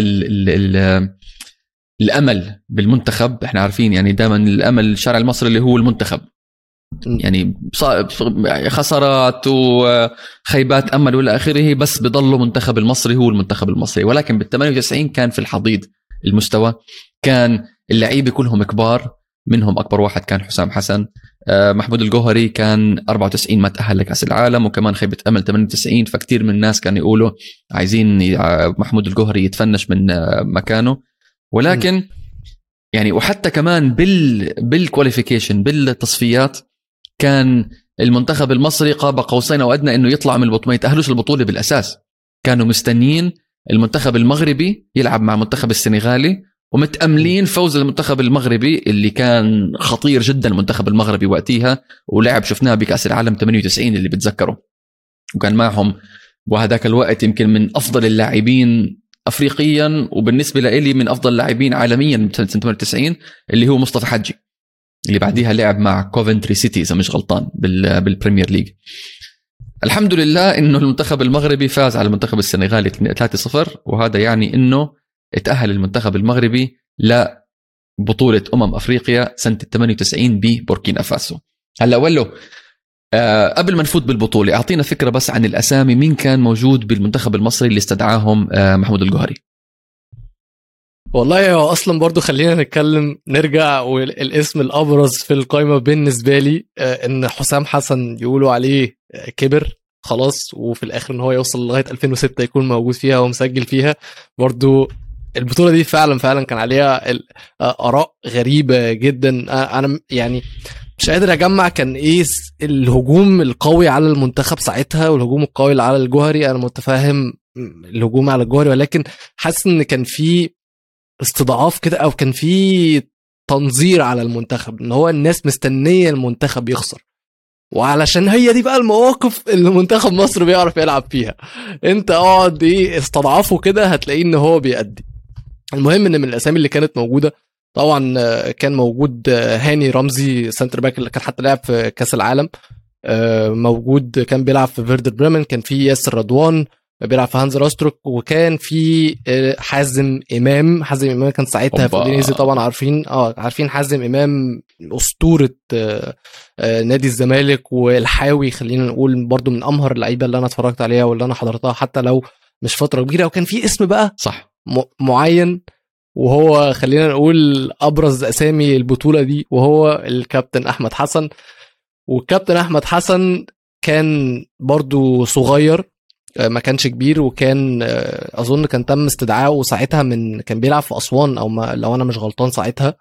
[SPEAKER 1] الأمل بالمنتخب. احنا عارفين يعني دائما الأمل الشارع المصري اللي هو المنتخب، يعني خسارات وخيبات أمل ولا آخره، بس بضلوا منتخب المصري هو المنتخب المصري. ولكن بال98 كان في الحضيض المستوى، كان اللعيبة كلهم كبار، منهم أكبر واحد كان حسام حسن. محمود الجوهري كان 94 ما تأهل لكأس العالم، وكمان خيبة أمل 98. فكتير من الناس كانوا يقولوا عايزين محمود الجوهري يتفنش من مكانه. ولكن يعني وحتى كمان بالكواليفيكيشن بالتصفيات كان المنتخب المصري قاب قوسين أو أدنى إنه يطلع من البطولة، ما يتأهلوش البطولة بالأساس. كانوا مستنيين المنتخب المغربي يلعب مع المنتخب السنغالي، ومتأملين فوز المنتخب المغربي اللي كان خطير جدا. المنتخب المغربي وقتها ولعب شفناه بكأس العالم 98 اللي بتذكره، وكان معهم وهذاك الوقت يمكن من أفضل اللاعبين أفريقيا، وبالنسبة لي من أفضل اللاعبين عالميا سنة 98 اللي هو مصطفى حجي، اللي بعديها لعب مع كوفنتري سيتي إذا مش غلطان بالبريمير ليج. الحمد لله إنه المنتخب المغربي فاز على المنتخب السنغالي 3-0، وهذا يعني إنه اتأهل المنتخب المغربي لبطولة أفريقيا سنة 98 ببوركينا فاسو. هلا ولو قبل ما نفوت بالبطولة أعطينا فكرة بس عن الأسامي، مين كان موجود بالمنتخب المصري اللي استدعاهم محمود الجوهري؟
[SPEAKER 2] والله هو اصلا برضو خلينا نرجع، والاسم الابرز في القائمه بالنسبه لي ان حسام حسن يقولوا عليه كبر خلاص، وفي الاخر ان هو يوصل لغايه 2006 يكون موجود فيها ومسجل فيها. برضو البطوله دي فعلا كان عليها اراء غريبه جدا. انا يعني مش قادر اجمع كان ايه الهجوم القوي على المنتخب ساعتها والهجوم القوي على الجوهري. انا متفاهم الهجوم على الجوهري، ولكن حاسس ان كان في استضعاف كده، او كان في تنظير على المنتخب، ان هو الناس مستنيه المنتخب يخسر، وعلشان هي دي بقى المواقف اللي منتخب مصر بيعرف يلعب فيها. انت اقعد استضعفه كده هتلاقيه ان هو بيأدي. المهم ان من الاسامي اللي كانت موجوده طبعا كان موجود هاني رمزي سنتر باك اللي كان حتى لعب في كاس العالم، موجود كان بيلعب في فيردر بريمن. كان في ياسر رضوان بيلعب في هانز راستروك، وكان في حازم امام كان ساعتها في اودينيزي طبعا. عارفين حازم امام اسطوره نادي الزمالك والحاوي، خلينا نقول برضو من امهر اللعيبه اللي انا اتفرجت عليها واللي انا حضرتها حتى لو مش فتره كبيره. وكان في اسم بقى
[SPEAKER 1] صح
[SPEAKER 2] معين، وهو خلينا نقول ابرز اسامي البطوله دي، وهو الكابتن احمد حسن. والكابتن احمد حسن كان برضو صغير، ما كانش كبير، وكان اظن كان تم استدعائه ساعتها كان بيلعب في اسوان او لو انا مش غلطان ساعتها.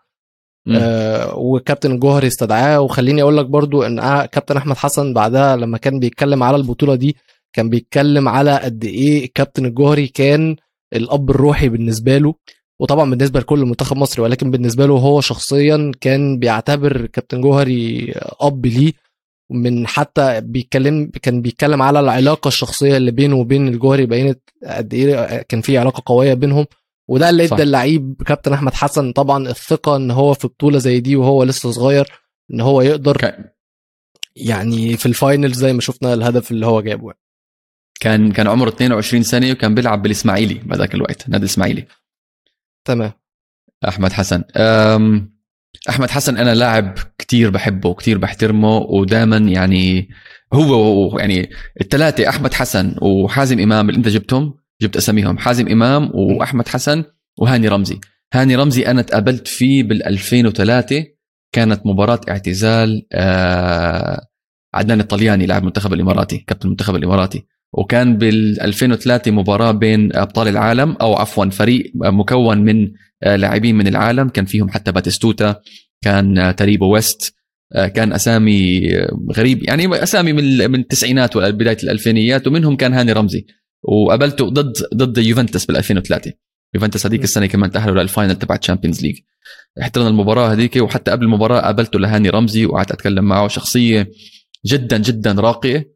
[SPEAKER 2] وكابتن الجوهري استدعاه. وخليني اقول لك برضو ان كابتن احمد حسن بعدها لما كان بيتكلم على البطوله دي كان بيتكلم على قد ايه كابتن الجوهري كان الاب الروحي بالنسبه له، وطبعا بالنسبه لكل منتخب مصري، ولكن بالنسبه له هو شخصيا كان بيعتبر كابتن جوهري اب ليه. من حتى كان بيتكلم على العلاقه الشخصيه اللي بينه وبين الجوهري، بينت قد ايه كان في علاقه قويه بينهم. وده اللي ادى اللعيب كابتن احمد حسن طبعا الثقه ان هو في بطوله زي دي وهو لسه صغير ان هو يقدر يعني في الفاينل زي ما شفنا الهدف اللي هو جابه.
[SPEAKER 1] كان عمره 22 سنه وكان بيلعب بالاسماعيلي بهذاك الوقت، نادي الاسماعيلي.
[SPEAKER 2] تمام.
[SPEAKER 1] احمد حسن احمد حسن انا لاعب كتير بحبه وكتير بحترمه، ودائما يعني هو يعني الثلاثه احمد حسن وحازم امام اللي انت جبت اساميهم، حازم امام واحمد حسن وهاني رمزي. هاني رمزي انا تقابلت فيه بال2003، كانت مباراه اعتزال عدنان الطلياني لاعب المنتخب الاماراتي، كابتن المنتخب الاماراتي. وكان بال2003 مباراه بين ابطال العالم، او عفوا فريق مكون من لاعبين من العالم، كان فيهم حتى باتيستوتا، كان تاريبو ويست، كان اسامي غريب يعني اسامي من التسعينات وبدايه الالفينيات، ومنهم كان هاني رمزي. وقابلته ضد يوفنتوس بال 2003. يوفنتوس هذيك السنه كمان تاهلوا للفاينل تبع الشامبيونز ليج. احترنا المباراه هذيك، وحتى قبل المباراه قابلته لهاني رمزي وقعدت اتكلم معه، شخصيه جدا جدا راقيه.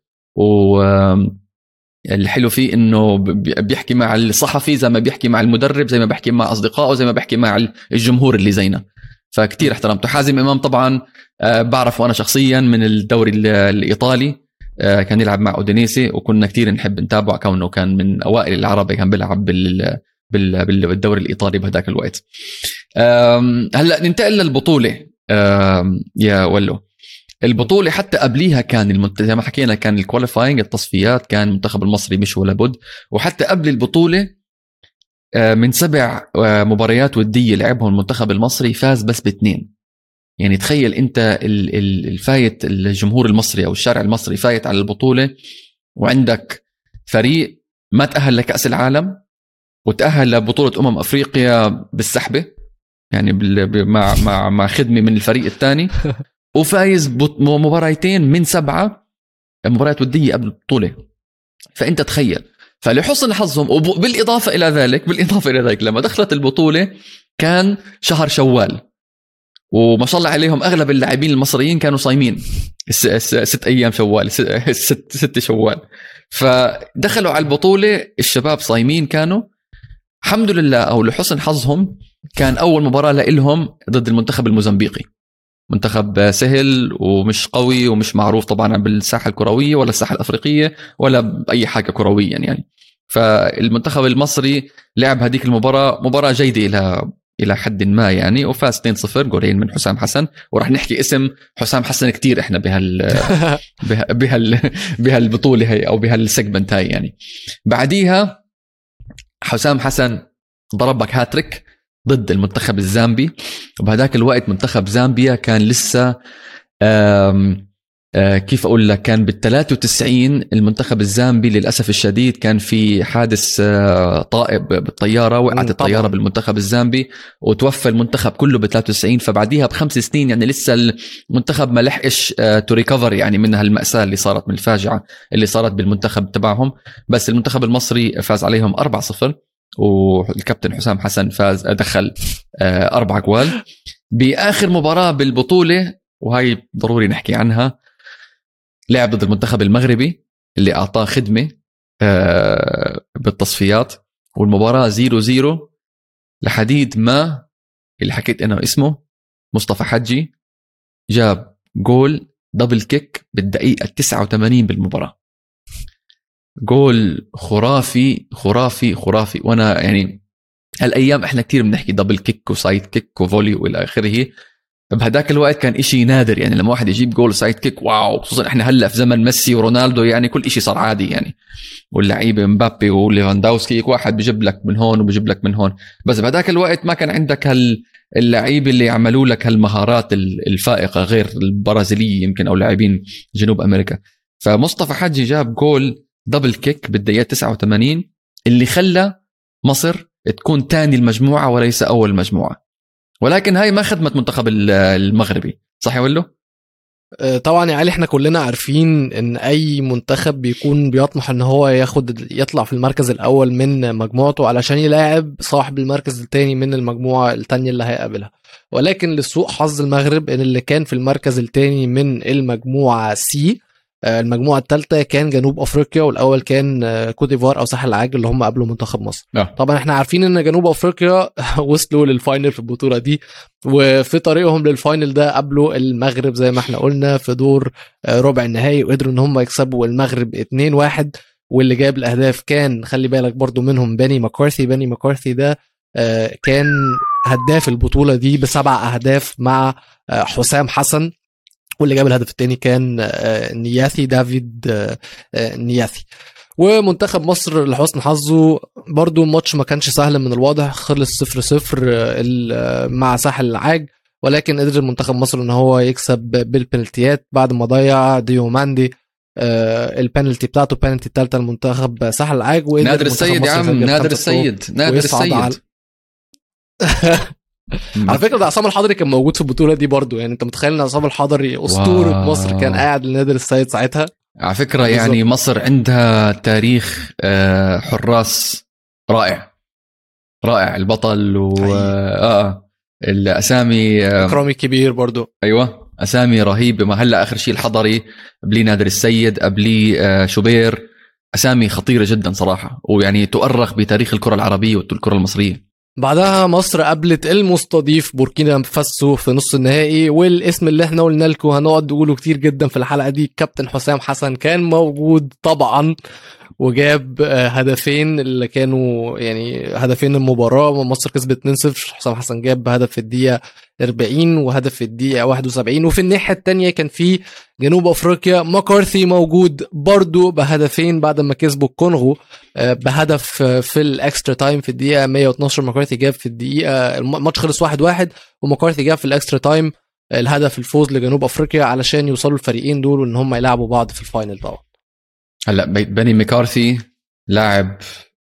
[SPEAKER 1] والحلو فيه انه بيحكي مع الصحفي زي ما بيحكي مع المدرب، زي ما بيحكي مع اصدقائه، زي ما بيحكي مع الجمهور اللي زينا. فكتير احترمته. حازم امام طبعا بعرفه انا شخصيا من الدوري الايطالي، كان يلعب مع اودينيسي وكنا كتير نحب نتابعه كونه كان من اوائل العرب كان بيلعب بالدوري الايطالي بهداك الوقت. هلا ننتقل للبطوله. يا ولو البطوله حتى قبليها كان زي ما حكينا كان الكواليفاينج التصفيات، كان المنتخب المصري مش ولا بد. وحتى قبل البطوله من 7 مباريات وديه لعبهم المنتخب المصري فاز بس ب2. يعني تخيل انت الفايت الجمهور المصري او الشارع المصري فايت على البطوله، وعندك فريق ما تأهل لكأس العالم وتأهل لبطولة أفريقيا بالسحبة، يعني مع خدمة من الفريق الثاني، وفايز مباراتين من 7 مباريات ودية قبل البطولة. فأنت تخيل. فلحسن حظهم وبالإضافة إلى ذلك لما دخلت البطولة كان شهر شوال، وما شاء الله عليهم أغلب اللاعبين المصريين كانوا صايمين 6 أيام شوال، 6 شوال. فدخلوا على البطولة الشباب صايمين كانوا، الحمد لله. أو لحسن حظهم كان أول مباراة لهم ضد المنتخب الموزمبيقي، منتخب سهل ومش قوي ومش معروف طبعا بالساحة الكروية ولا الساحة الأفريقية ولا بأي حاجة كروية يعني. فالمنتخب المصري لعب هذيك مباراة جيدة إلى حد ما يعني، وفاز 2-0 جولين من حسام حسن. ورح نحكي اسم حسام حسن كتير إحنا بهالبطولة هاي أو بهالسيجمنت هاي يعني. بعديها حسام حسن ضربك هاتريك ضد المنتخب الزامبي. وبهذاك الوقت منتخب زامبيا كان لسه كيف أقول لك، كان بال93 المنتخب الزامبي للأسف الشديد كان في حادث طائب بالطيارة، وقعت الطيارة بالمنتخب الزامبي وتوفى المنتخب كله ب93. فبعديها ب5 سنين يعني لسه المنتخب ما لحقش تو ريكفر يعني من هالمأساة اللي صارت، من الفاجعة اللي صارت بالمنتخب تبعهم. بس المنتخب المصري فاز عليهم 4-0، والكابتن حسام حسن دخل 4 جوال بآخر مباراة بالبطولة. وهي ضروري نحكي عنها، لعب ضد المنتخب المغربي اللي أعطاه خدمة بالتصفيات، والمباراة 0-0 لحديد ما اللي حكيت أنا اسمه مصطفى حجي جاب جول دبل كيك بالدقيقة 89 بالمباراة. جول خرافي خرافي خرافي. وانا يعني هالايام احنا كتير بنحكي دبل كيك وسايد كيك وفولي والى اخره، بهداك الوقت كان إشي نادر يعني لما واحد يجيب جول سايد كيك، واو. خصوصا احنا هلا في زمن ميسي ورونالدو يعني كل إشي صار عادي يعني، واللعيبه مبابي وليفاندوسكي واحد بيجيب لك من هون وبيجيب لك من هون. بس بهداك الوقت ما كان عندك اللعيبه اللي يعملوا لك هالمهارات الفائقه غير البرازيليه يمكن او لاعبين جنوب امريكا. فمصطفى حجي جاب جول دبل كيك بالدقيقة 89 اللي خلى مصر تكون تاني المجموعة وليس أول مجموعة. ولكن هاي ما خدمت منتخب المغربي، صح يقول
[SPEAKER 2] طبعا يا علي احنا كلنا عارفين ان اي منتخب بيكون بيطمح ان هو يطلع في المركز الاول من مجموعته علشان يلاعب صاحب المركز الثاني من المجموعة الثانية اللي هيقابلها. ولكن لسوء حظ المغرب ان اللي كان في المركز الثاني من المجموعة سي، المجموعة الثالثة كان جنوب أفريقيا، والأول كان كوت ديفوار أو ساحل العاج اللي هم قبلوا منتخب مصر. طبعا احنا عارفين ان جنوب أفريقيا وصلوا للفاينل في البطولة دي، وفي طريقهم للفاينل ده قبلوا المغرب زي ما احنا قلنا في دور ربع النهائي، وقدروا ان هم يكسبوا المغرب 2-1. واللي جاب الأهداف كان خلي بالك برضو منهم بني مكارثي ده كان هداف البطولة دي ب7 أهداف مع حسام حسن. واللي جاب الهدف الثاني كان نياثي، دافيد نياثي. ومنتخب مصر لحسن حظه برضو الماتش ما كانش سهل من الواضح، خلص 0-0 مع ساحل العاج، ولكن قدر المنتخب مصر ان هو يكسب بالبنالتيات بعد ما ضيع ديوماندي البنالتي بتاعته، البنالتي الثالثه المنتخب ساحل العاج.
[SPEAKER 1] نادر السيد يا عم، نادر السيد
[SPEAKER 2] على فكرة ده عصام الحضري كان موجود في البطولة دي برضو، يعني انت متخيل ان عصام الحضري اسطورة مصر كان قاعد لنادر السيد ساعتها.
[SPEAKER 1] على فكرة يعني مصر عندها تاريخ حراس رائع البطل الأسامي
[SPEAKER 2] إكرامي كبير برضو.
[SPEAKER 1] أيوة أسامي رهيبة. ما هلأ آخر شيء الحضري، قبلي نادر السيد، قبلي شوبير، أسامي خطيرة جدا صراحة، ويعني تؤرخ بتاريخ الكرة العربية والكرة المصرية.
[SPEAKER 2] بعدها مصر قابلت المستضيف بوركينا فاسو في نص النهائي، والاسم اللي احنا قلنا لكم هنقعد نقوله كتير جدا في الحلقة دي، كابتن حسام حسن كان موجود طبعا، وجاب هدفين اللي كانوا يعني هدفين المباراة. مصر كسبت 2-0، حسام حسن جاب هدف في الدقيقة 40 وهدف في الدقيقة 71. وفي الناحية التانية كان في جنوب أفريقيا مكارثي موجود برضو بهدفين بعد ما كسبوا الكونغو بهدف في الأكسترا تايم في الدقيقة 112. مكارثي جاب في الدقيقة، الماتش خلص 1-1 ومكارثي جاب في الأكسترا تايم الهدف الفوز لجنوب أفريقيا علشان يوصلوا الفريقين دول وإن هم يلعبوا بعض في الفاينل طبعا. هلا
[SPEAKER 1] بني مكارثي لاعب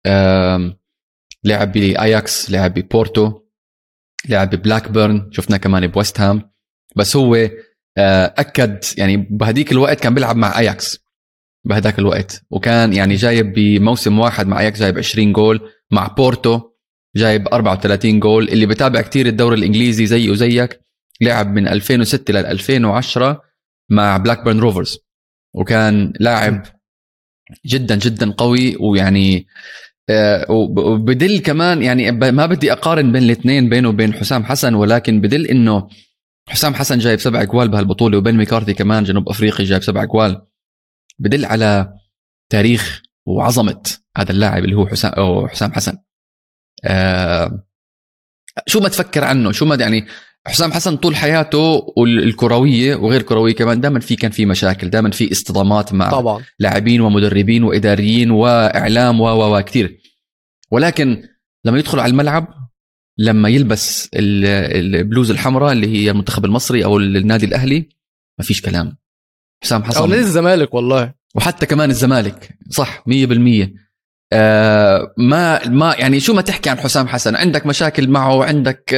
[SPEAKER 1] لعب بأياكس، لعب ببورتو، لعب ببلاكبيرن، شفنا كمان بويست هام، بس هو أكد يعني بهديك الوقت كان بيلعب مع أياكس بهداك الوقت، وكان يعني جايب بموسم واحد مع أياكس جايب 20 جول، مع بورتو جايب 34 جول. اللي بتابع كتير الدوري الإنجليزي زي وزيك لعب من 2006 ل 2010 مع بلاكبيرن روفرز، وكان لاعب جدا جدا قوي. ويعني وبدل كمان يعني ما بدي أقارن بين الاثنين بينه وبين حسام حسن، ولكن بدل إنه حسام حسن جايب 7 أجوال بهالبطولة وبين ميكارثي كمان جنوب أفريقي جايب 7 أجوال، بدل على تاريخ وعظمة هذا اللاعب اللي هو حسام حسن. شو ما تفكر عنه، شو ما يعني حسام حسن طول حياته الكروية وغير كروية كمان دائما كان في مشاكل، دائما في اصطدامات مع طبعا لاعبين ومدربين وإداريين وإعلام وكتير، ولكن لما يدخل على الملعب، لما يلبس البلوز الحمراء اللي هي المنتخب المصري أو النادي الأهلي، ما فيش كلام. حسام حسن
[SPEAKER 2] أو نادي الزمالك والله،
[SPEAKER 1] وحتى كمان الزمالك صح 100%. ما يعني شو ما تحكي عن حسام حسن عندك مشاكل معه، عندك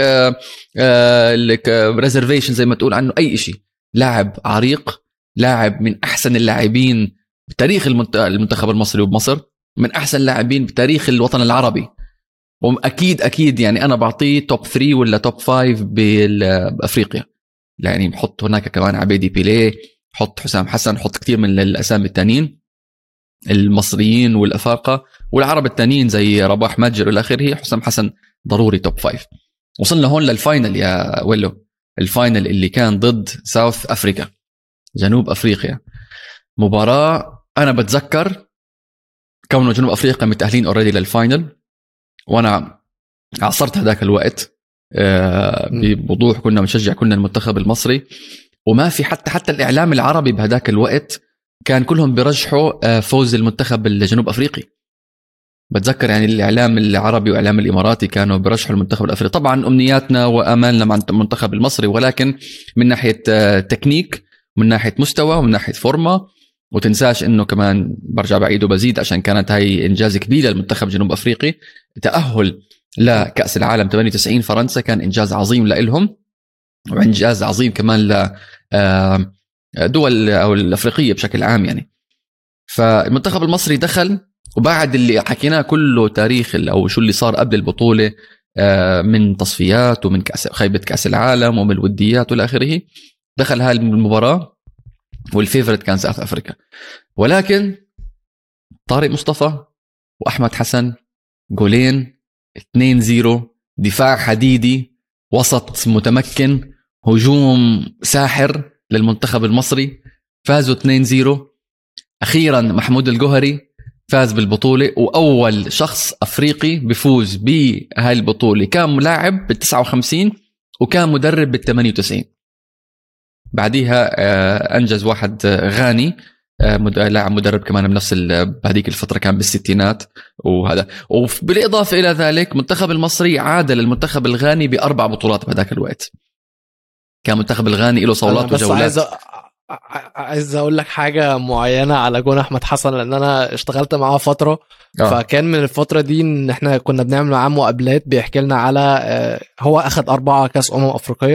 [SPEAKER 1] ريزرفيشن زي ما تقول عنه، أي إشي. لاعب عريق، لاعب من أحسن اللاعبين بتاريخ المنتخب المصري وبمصر، من أحسن اللاعبين بتاريخ الوطن العربي، وأكيد يعني أنا بعطيه توب 3 ولا توب 5 بأفريقيا. يعني نحط هناك كمان عبيدي بيليه، حط حسام حسن، حط كتير من الأسامي التانيين المصريين والأفارقة والعرب التانيين زي رباح متجر والآخره. حسام حسن ضروري توب 5. وصلنا هون للفاينل يا ويلو، الفاينل اللي كان ضد ساوث أفريقيا، جنوب أفريقيا. مباراة أنا بتذكر كونه جنوب أفريقيا متأهلين أوريدي للفاينل، وأنا عصرت هذاك الوقت بوضوح، كنا بنشجع كنا المنتخب المصري، وما في حتى الإعلام العربي بهذاك الوقت كان كلهم بيرجحوا فوز المنتخب الجنوب أفريقي. بتذكر يعني الإعلام العربي وإعلام الإماراتي كانوا بيرجحوا المنتخب الأفريقي. طبعا أمنياتنا وأمالنا مع المنتخب المصري، ولكن من ناحية تكنيك، من ناحية مستوى، ومن ناحية فورمة. وتنساش إنه كمان برجع بعيد وبزيد عشان كانت هاي إنجاز كبير للمنتخب الجنوب أفريقي. تأهل لكأس العالم 98 فرنسا كان إنجاز عظيم لإلهم، وإنجاز عظيم كمان لدول أو الأفريقية بشكل عام يعني. فالمنتخب المصري دخل، وبعد اللي حكيناه كله تاريخ أو شو اللي صار قبل البطولة من تصفيات ومن خيبة كأس العالم ومن الوديات والآخره، دخل هاي المباراة والفيفورت كان ساوث أفريقيا. ولكن طارق مصطفى وأحمد حسن جولين، 2-0، دفاع حديدي، وسط متمكن، هجوم ساحر للمنتخب المصري، فازوا 2-0. أخيرا محمود الجوهري فاز بالبطولة، وأول شخص أفريقي بفوز بهاي البطولة. كان ملاعب بال59 وكان مدرب بال98. بعديها أنجز واحد غاني لاعب مدرب كمان بنفس بهذيك الفترة كان بالستينات وهذا. وبالإضافة إلى ذلك منتخب المصري عادل المنتخب الغاني ب4 بطولات بهذاك الوقت. كان منتخب الغاني له صولات وجولات.
[SPEAKER 2] عايز اقول لك حاجه معينه على جون احمد حسن، لان انا اشتغلت معاه فتره. فكان من الفتره دي ان احنا كنا بنعمل معاه مقابلات، بيحكي لنا على هو اخذ 4 كاس افريقيه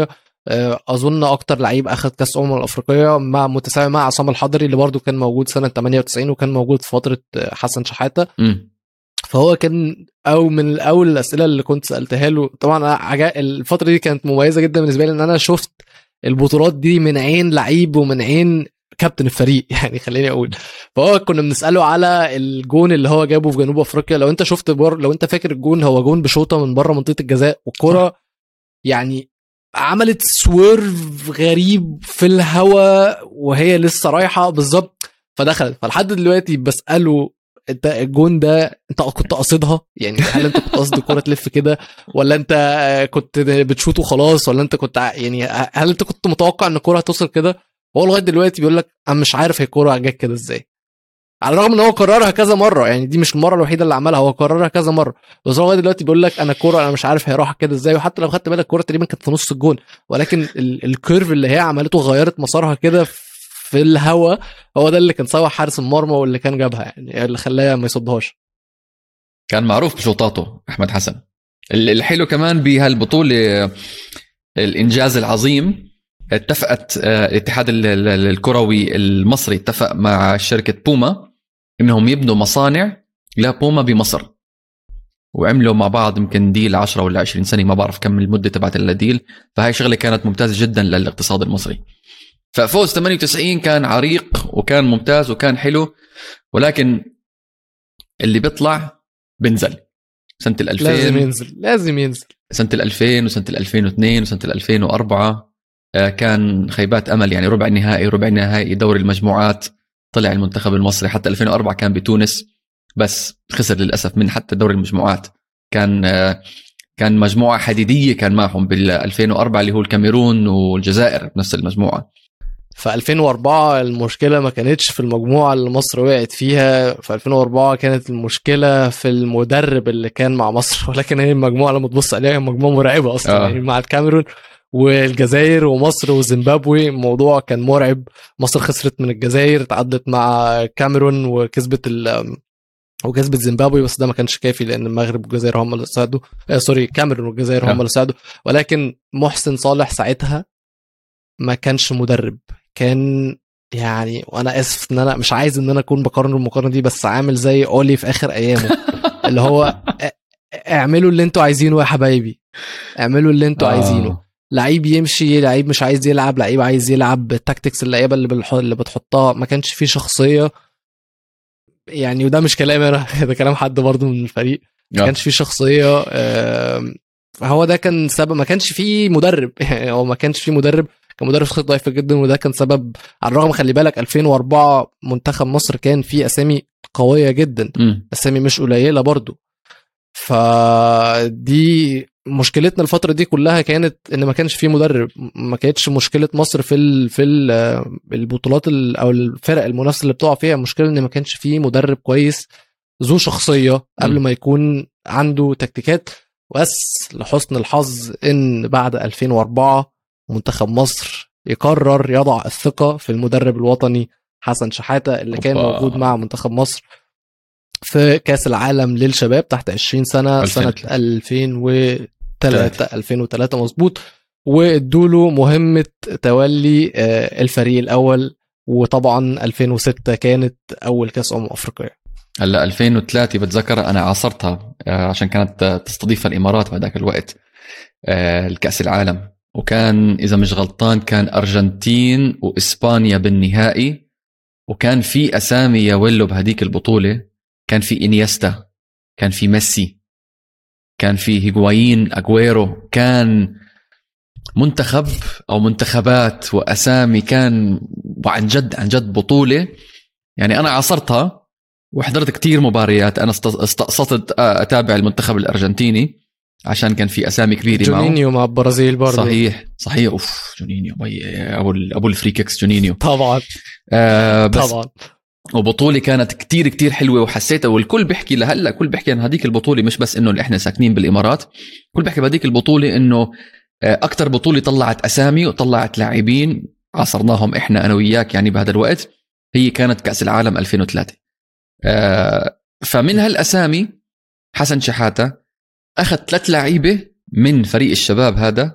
[SPEAKER 2] اظن اكتر لعيب اخذ كاس الافريقيه مع متساوي مع عصام الحضري اللي برضو كان موجود سنه 98 وكان موجود في فتره حسن شحاته. فهو كان او من الاول الاسئله اللي كنت سالتها له. طبعا الفتره دي كانت مميزه جدا بالنسبه لي ان انا شفت البطولات دي من عين لعيب ومن عين كابتن الفريق يعني خليني اقول. فهو كنا بنساله على الجون اللي هو جابه في جنوب افريقيا. لو انت شفت لو انت فاكر الجون، هو جون بشوطه من بره منطقه الجزاء والكره يعني عملت سويرف غريب في الهواء وهي لسه رايحه بالظبط فدخلت. فلحد دلوقتي بساله انت الجون ده انت كنت قاصدها يعني؟ هل انت كنت قاصد الكره تلف كده ولا انت كنت بتشوطه خلاص ولا انت كنت يعني هل انت كنت متوقع ان الكره هتوصل كده؟ هو لغايه دلوقتي بيقول لك انا مش عارف هي الكره جت كده ازاي، على الرغم ان هو كررها كذا مره يعني دي مش المره الوحيده اللي عملها، هو كررها كذا مره. بس هو لغايه دلوقتي بيقول لك انا الكره انا مش عارف هي راحت كده ازاي. وحتى لو خدت بالك الكره تقريبا كانت في نص الجون ولكن الكيرف اللي هي عملته غيرت مسارها كده في الهواء، هو ده اللي كان سوى حارس المرمى واللي كان جابها يعني اللي خلاها ما يصدهاش.
[SPEAKER 1] كان معروف بشوطاته احمد حسن. الحلو كمان بهالبطوله الانجاز العظيم، اتفقت الاتحاد الكروي المصري اتفق مع شركه بوما انهم يبنوا مصانع لبوما بمصر، وعملوا مع بعض يمكن ديل 10 ولا 20 سنه ما بعرف كم المده تبعت الديل. فهاي شغله كانت ممتازه جدا للاقتصاد المصري. ففوز 98 كان عريق وكان ممتاز وكان حلو، ولكن اللي بيطلع بنزل. سنة 2000
[SPEAKER 2] لازم ينزل
[SPEAKER 1] سنة 2000 وسنة 2002 وسنة 2004 كان خيبات أمل يعني. ربع نهائي دوري المجموعات طلع المنتخب المصري. حتى 2004 كان بتونس بس خسر للأسف من حتى دوري المجموعات. كان مجموعة حديدية كان معهم بال 2004 اللي هو الكاميرون والجزائر بنفس المجموعة.
[SPEAKER 2] في 2004 المشكلة ما كانتش في المجموعة اللي مصر وقعت فيها، في 2004 كانت المشكلة في المدرب اللي كان مع مصر، ولكن هي المجموعة لما تبص عليها مجموعة مرعبة أصلا يعني مع الكاميرون والجزائر ومصر وزيمبابوي. الموضوع كان مرعب. مصر خسرت من الجزائر، تعدت مع كاميرون وكسبت زيمبابوي، بس ده ما كانش كافي لأن المغرب والجزائر هم اللي ساعدوا كاميرون والجزائر هم اللي ساعدوا. ولكن محسن صالح ساعتها ما كانش مدرب، كان يعني وانا اسف ان انا مش عايز ان انا اكون بقارن المقارنه دي، بس عامل زي اولي في اخر ايامه اللي هو اعملوا اللي انتوا عايزينه يا حبايبي، اعملوا اللي انتوا عايزينه. لعيب يمشي، لعيب مش عايز يلعب، لعيب عايز يلعب، التاكتكس اللعيبه اللي بتحطها ما كانش فيه شخصيه يعني. وده مش كلام انا ده كلام حد برضه من الفريق. ما كانش فيه شخصيه. هو ده كان سبب. ما كانش فيه مدرب هو ما كانش فيه مدرب، كان مدرب خط ضعيف جدا، وده كان سبب. على الرغم خلي بالك 2004 منتخب مصر كان فيه اسامي قويه جدا، اسامي مش قليله برضو. فدي مشكلتنا الفتره دي كلها كانت ان ما كانش فيه مدرب. ما كانتش مشكله مصر في البطولات او الفرق المنافسه اللي بتقع فيها، مشكله ان ما كانش فيه مدرب كويس ذو شخصيه قبل ما يكون عنده تكتيكات. بس لحسن الحظ ان بعد 2004 منتخب مصر يقرر يضع الثقة في المدرب الوطني حسن شحاتة اللي كان موجود مع منتخب مصر في كاس العالم للشباب تحت 20 سنة سنة 2003 مظبوط. وادوله مهمة تولي الفريق الأول. وطبعا 2006 كانت أول كاس أفريقيا.
[SPEAKER 1] هلا 2003 بتذكر أنا عاصرتها عشان كانت تستضيفها الإمارات بهذاك الوقت الكأس العالم. وكان إذا مش غلطان كان أرجنتين وإسبانيا بالنهائي، وكان في أسامي يا ويلو بهديك البطولة. كان في إنيستا، كان في ميسي، كان في هيغوايين، أغويرو. كان منتخب أو منتخبات وأسامي، كان عن جد بطولة يعني. أنا عاصرتها وحضرت كتير مباريات. أنا استقصدت أتابع المنتخب الأرجنتيني عشان كان في أسامي كبيرة معه.
[SPEAKER 2] جونينيو مع البرازيل برضه.
[SPEAKER 1] صحيح. أوف جونينيو أبو الفري كيكس جونينيو
[SPEAKER 2] طبعا.
[SPEAKER 1] بس طبعا. وبطولة كانت كتير حلوة وحسيتها. والكل بيحكي لهلا، كل بيحكي عن هذيك البطولة، مش بس إنه اللي إحنا ساكنين بالإمارات، كل بيحكي بهذيك البطولة إنه أكتر بطولة طلعت أسامي وطلعت لاعبين عصرناهم إحنا أنا وياك يعني بهذا الوقت، هي كانت كأس العالم 2003. فمن هالأسامي حسن شحاتة أخذ 3 لعيبة من فريق الشباب هذا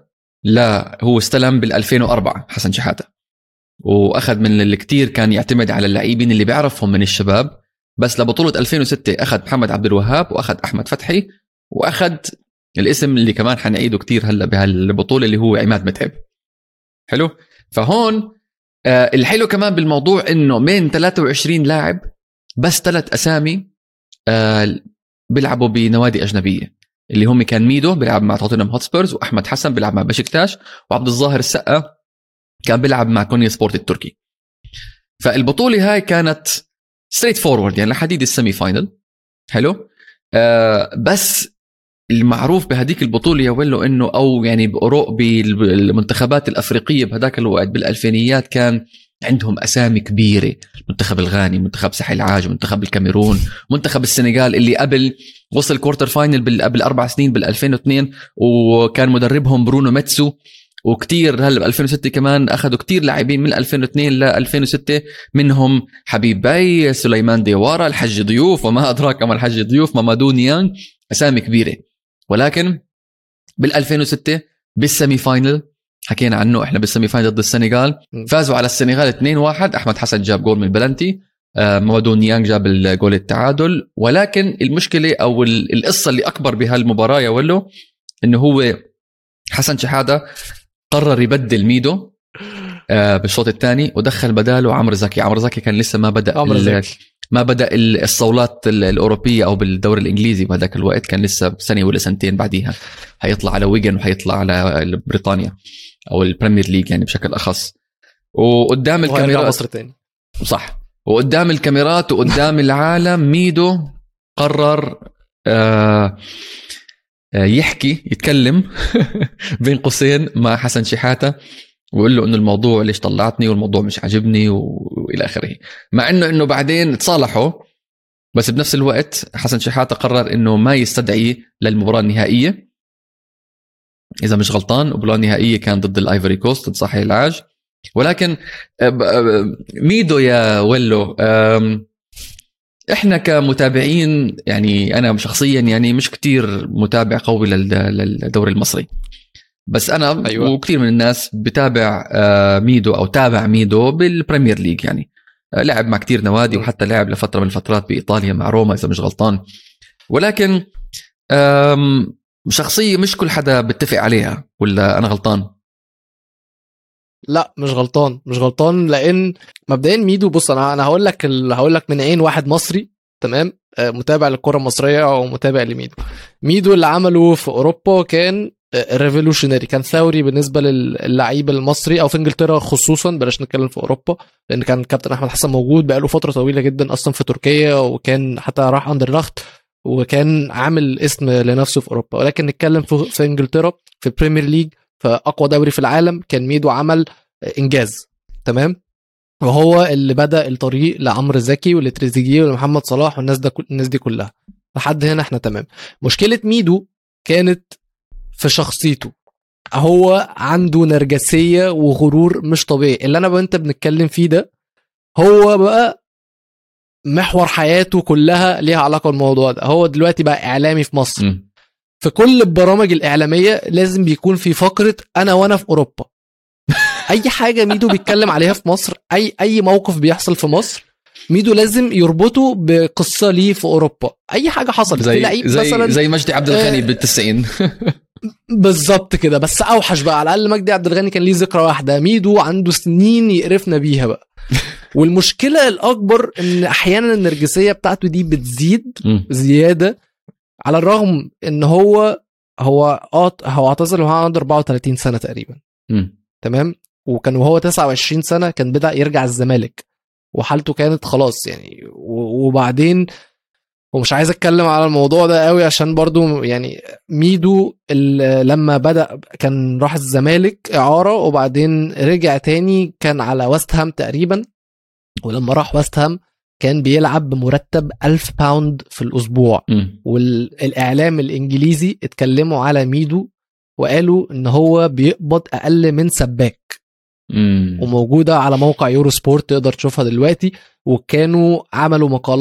[SPEAKER 1] لا هو استلم بال2004 حسن شحاتة، واخذ من اللي كتير كان يعتمد على اللاعبين اللي بيعرفهم من الشباب. بس لبطولة 2006 اخذ محمد عبد الوهاب واخذ احمد فتحي واخذ الاسم اللي كمان حنعيده كتير هلا بهالبطولة اللي هو عماد متعب. حلو. فهون الحلو كمان بالموضوع انه من 23 لاعب بس 3 اسامي بيلعبوا بنوادي اجنبيه، اللي هم كان ميدو بيلعب مع توتنهام هوتسبيرز، واحمد حسن بيلعب مع بشكتاش، وعبد الظاهر السقا كان بيلعب مع كونيا سبورت التركي. فالبطوله هاي كانت ستريت فورورد يعني لحديد السيمي فاينل. حلو. بس المعروف بهديك البطوله يا ولو انه او يعني بالمنتخبات الافريقيه بهداك الوقت بالالفينيات كان عندهم اسامي كبيره، منتخب الغاني، منتخب ساحل عاج، منتخب الكاميرون، منتخب السنغال اللي قبل وصل كوارتر فاينل قبل 4 سنين بال2002 وكان مدربهم برونو ميتسو. وكتير هلا ب2006 كمان اخذوا كتير لاعبين من 2002 ل2006 منهم حبيب باي، سليمان ديوارا، الحج ضيوف وما ادراك ما الحج ضيوف، مامادو نيانغ، اسامي كبيره. ولكن بال2006 بالسيمي فاينل حكينا عنه احنا بالسيمي فاينل ضد السنغال، فازوا على السنغال 2-1. احمد حسن جاب جول من البلنتي، مامادو نيانغ جاب الجول التعادل. ولكن المشكله او القصه اللي اكبر بهالمباراه يا ولو انه هو حسن شحاده قرر يبدل ميدو بالشوط الثاني ودخل بداله عمرو زكي. عمرو زكي كان لسه ما بدا الصولات الاوروبيه او بالدوري الانجليزي بهذاك الوقت، كان لسه سنه ولا سنتين بعديها هيطلع على ويجن وهيطلع على بريطانيا او البريمير ليج يعني بشكل اخص. وقدام الكاميرات
[SPEAKER 2] مصر تاني
[SPEAKER 1] صح، وقدام الكاميرات وقدام العالم ميدو قرر يتكلم بين قوسين مع حسن شحاتة ويقول له انه الموضوع ليش طلعتني والموضوع مش عاجبني والى اخره. مع انه بعدين تصالحوا، بس بنفس الوقت حسن شحاتة قرر انه ما يستدعي للمباراة النهائية اذا مش غلطان، وبالمباراة النهائية كان ضد الايفوري كوست ضد صاحي العاج. ولكن ميدو يا ولو احنا كمتابعين يعني انا شخصيا يعني مش كتير متابع قوي للدوري المصري، بس انا
[SPEAKER 2] أيوة.
[SPEAKER 1] وكثير من الناس بتابع ميدو او تابع ميدو بالبريمير ليج يعني لعب مع كتير نوادي وحتى لعب لفترة من الفترات بإيطاليا مع روما إذا مش غلطان. ولكن شخصية مش كل حدا بتفق عليها، ولا أنا غلطان؟
[SPEAKER 2] لا مش غلطان لأن مبدئيا ميدو بص أنا هقول لك من عين واحد مصري تمام متابع للكرة المصرية أو متابع ميدو اللي عمله في أوروبا كان ريفولوشنري، كان ثوري بالنسبه للعيب المصري او في انجلترا خصوصا، بلاش نتكلم في اوروبا لان كان كابتن احمد حسن موجود بقاله فتره طويله جدا اصلا في تركيا، وكان حتى راح اندرلخت وكان عامل اسم لنفسه في اوروبا. ولكن نتكلم في انجلترا في البريمير ليج في اقوى دوري في العالم كان ميدو عمل انجاز تمام، وهو اللي بدا الطريق لعمرو زكي ولتريزيجيه ولمحمد صلاح والناس دي كلها. لحد هنا احنا تمام. مشكله ميدو كانت في شخصيته، هو عنده نرجسية وغرور مش طبيعي. اللي انا وانت بنتكلم فيه ده هو بقى محور حياته كلها ليها علاقة بالموضوع ده. هو دلوقتي بقى اعلامي في مصر في كل البرامج الاعلامية لازم بيكون في فقرة انا وانا في اوروبا. اي حاجة ميدو بيتكلم عليها في مصر، اي موقف بيحصل في مصر ميدو لازم يربطه بقصة ليه في اوروبا. اي حاجة حصلت
[SPEAKER 1] زي مجدي عبد الغني بالتسعين
[SPEAKER 2] بالظبط كده، بس اوحش بقى. على الاقل مجدي عبد الغني كان ليه ذكرى واحده، ميدو عنده سنين يقرفنا بيها بقى. والمشكله الاكبر ان احيانا النرجسيه بتاعته دي بتزيد زياده، على الرغم ان هو اعتزل وهو عنده 34 سنه تقريبا تمام، وكان وهو 29 سنه كان بدأ يرجع الزمالك وحالته كانت خلاص يعني. وبعدين ومش عايز اتكلم على الموضوع ده قوي عشان برضو يعني ميدو لما بدأ كان راح الزمالك إعارة وبعدين رجع تاني كان على وست هام تقريبا، ولما راح وست هام كان بيلعب بمرتب 1000 باوند في الأسبوع. والإعلام الإنجليزي اتكلموا على ميدو وقالوا إن هو بيقبض أقل من سباك، وموجودة على موقع يورو سبورت تقدر تشوفها دلوقتي. وكانوا عملوا مقالات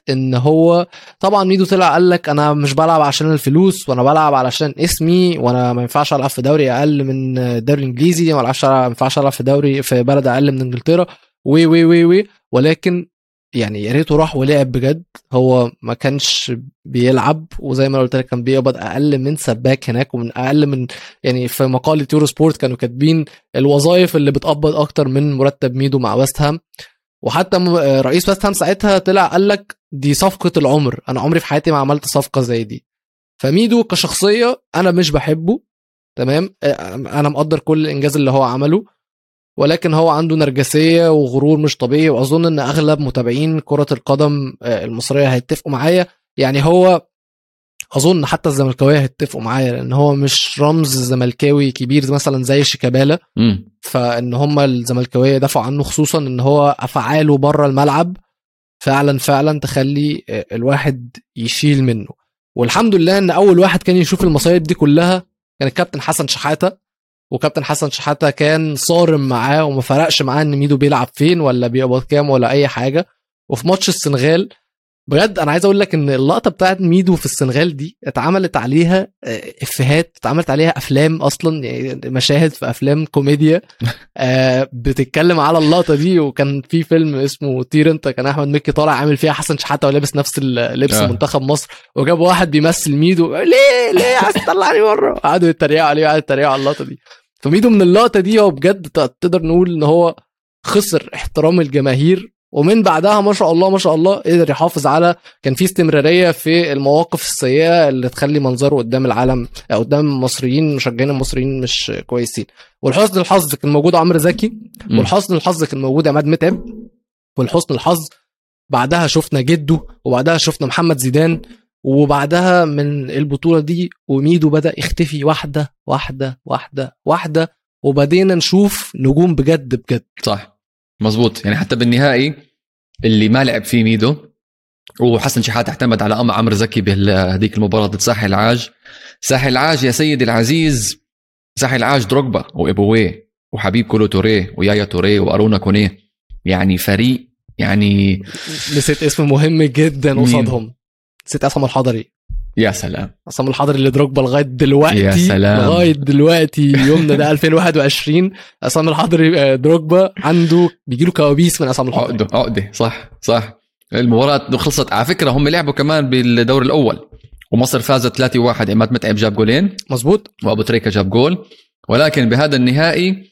[SPEAKER 2] ان هو طبعا ميدو طلع قال لك انا مش بلعب عشان الفلوس، وانا بلعب علشان اسمي، وانا ما ينفعش العب في دوري اقل من الدوري الانجليزي، ما ينفعش العب في دوري في بلد اقل من انجلترا وي وي وي وي. ولكن يعني يا ريته راح ولعب بجد. هو ما كانش بيلعب، وزي ما قلت لك كان بيقبض اقل من سباك هناك، ومن اقل من يعني في مقاله يورو سبورت كانوا كاتبين الوظائف اللي بتقبض اكتر من مرتب ميدو مع ويست هام. وحتى رئيس ويست هام ساعتها طلع قال لك دي صفقه العمر، انا عمري في حياتي ما عملت صفقه زي دي. فميدو كشخصيه انا مش بحبه، تمام، انا مقدر كل الانجاز اللي هو عمله، ولكن هو عنده نرجسيه وغرور مش طبيعي. واظن ان اغلب متابعين كره القدم المصريه هيتفقوا معايا. يعني هو اظن حتى الزملكاويه هيتفقوا معايا، لان هو مش رمز زملكاوي كبير مثلا زي شيكابالا. فان هم الزملكاويه دافعوا عنه، خصوصا ان هو افعاله بره الملعب فعلا تخلي الواحد يشيل منه. والحمد لله ان اول واحد كان يشوف المصايب دي كلها كان الكابتن حسن شحاته. وكابتن حسن شحاته كان صارم معاه، وما فرقش معاه ان ميدو بيلعب فين ولا بيقبض كام ولا اي حاجه. وفي ماتش السنغال بجد انا عايز اقول لك ان اللقطه بتاعت ميدو في السنغال دي اتعملت عليها افيهات، اتعملت عليها افلام اصلا، يعني مشاهد في افلام كوميديا بتتكلم على اللقطه دي. وكان في فيلم اسمه طير انت، كان احمد مكي طالع عامل فيها حسن شحاته ولابس نفس لبس منتخب مصر، وجاب واحد بيمثل ميدو، ليه عايز تطلعني مره، قعدوا يتريقوا عليه وقعدوا يتريقوا على اللقطه دي. فميدو من اللقطه دي هو بجد تقدر نقول ان هو خسر احترام الجماهير، ومن بعدها ما شاء الله قدر يحافظ على كان في استمرارية في المواقف السيئة اللي تخلي منظره قدام العالم قدام المصريين، مشجعين المصريين مش كويسين. والحسن الحظ كان موجود عمرو زكي، والحسن الحظ كان موجود عماد متعب، والحسن الحظ بعدها شفنا جده، وبعدها شفنا محمد زيدان، وبعدها من البطولة دي وميدو بدأ يختفي واحدة واحدة واحدة واحدة، وبدينا نشوف نجوم بجد.
[SPEAKER 1] صح مزبوط. يعني حتى بالنهائي اللي ما لعب فيه ميدو وحسن شحاته اعتمد على عمرو زكي بهذيك المباراة ضد ساحل العاج. ساحل العاج يا سيدي العزيز، ساحل العاج دروغبا وإبويه وحبيب كولو توريه ويايا توريه وأرونا كونيه، يعني فريق يعني.
[SPEAKER 2] نسيت اسم مهم جدا قصادهم، نسيت عصام الحضري.
[SPEAKER 1] يا سلام،
[SPEAKER 2] عصام الحضري اللي دروغبا لغايه دلوقتي،
[SPEAKER 1] يا سلام،
[SPEAKER 2] لغايه دلوقتي يومنا ده 2021 عصام الحضري دروغبا عنده بيجيله كوابيس من عصام الحضري.
[SPEAKER 1] عقده صح. المباراة خلصت على فكرة، هم لعبوا كمان بالدور الأول ومصر فازت 3-1. عماد متعب جاب جولين مزبوط، وأبو تريكة جاب جول. ولكن بهذا النهائي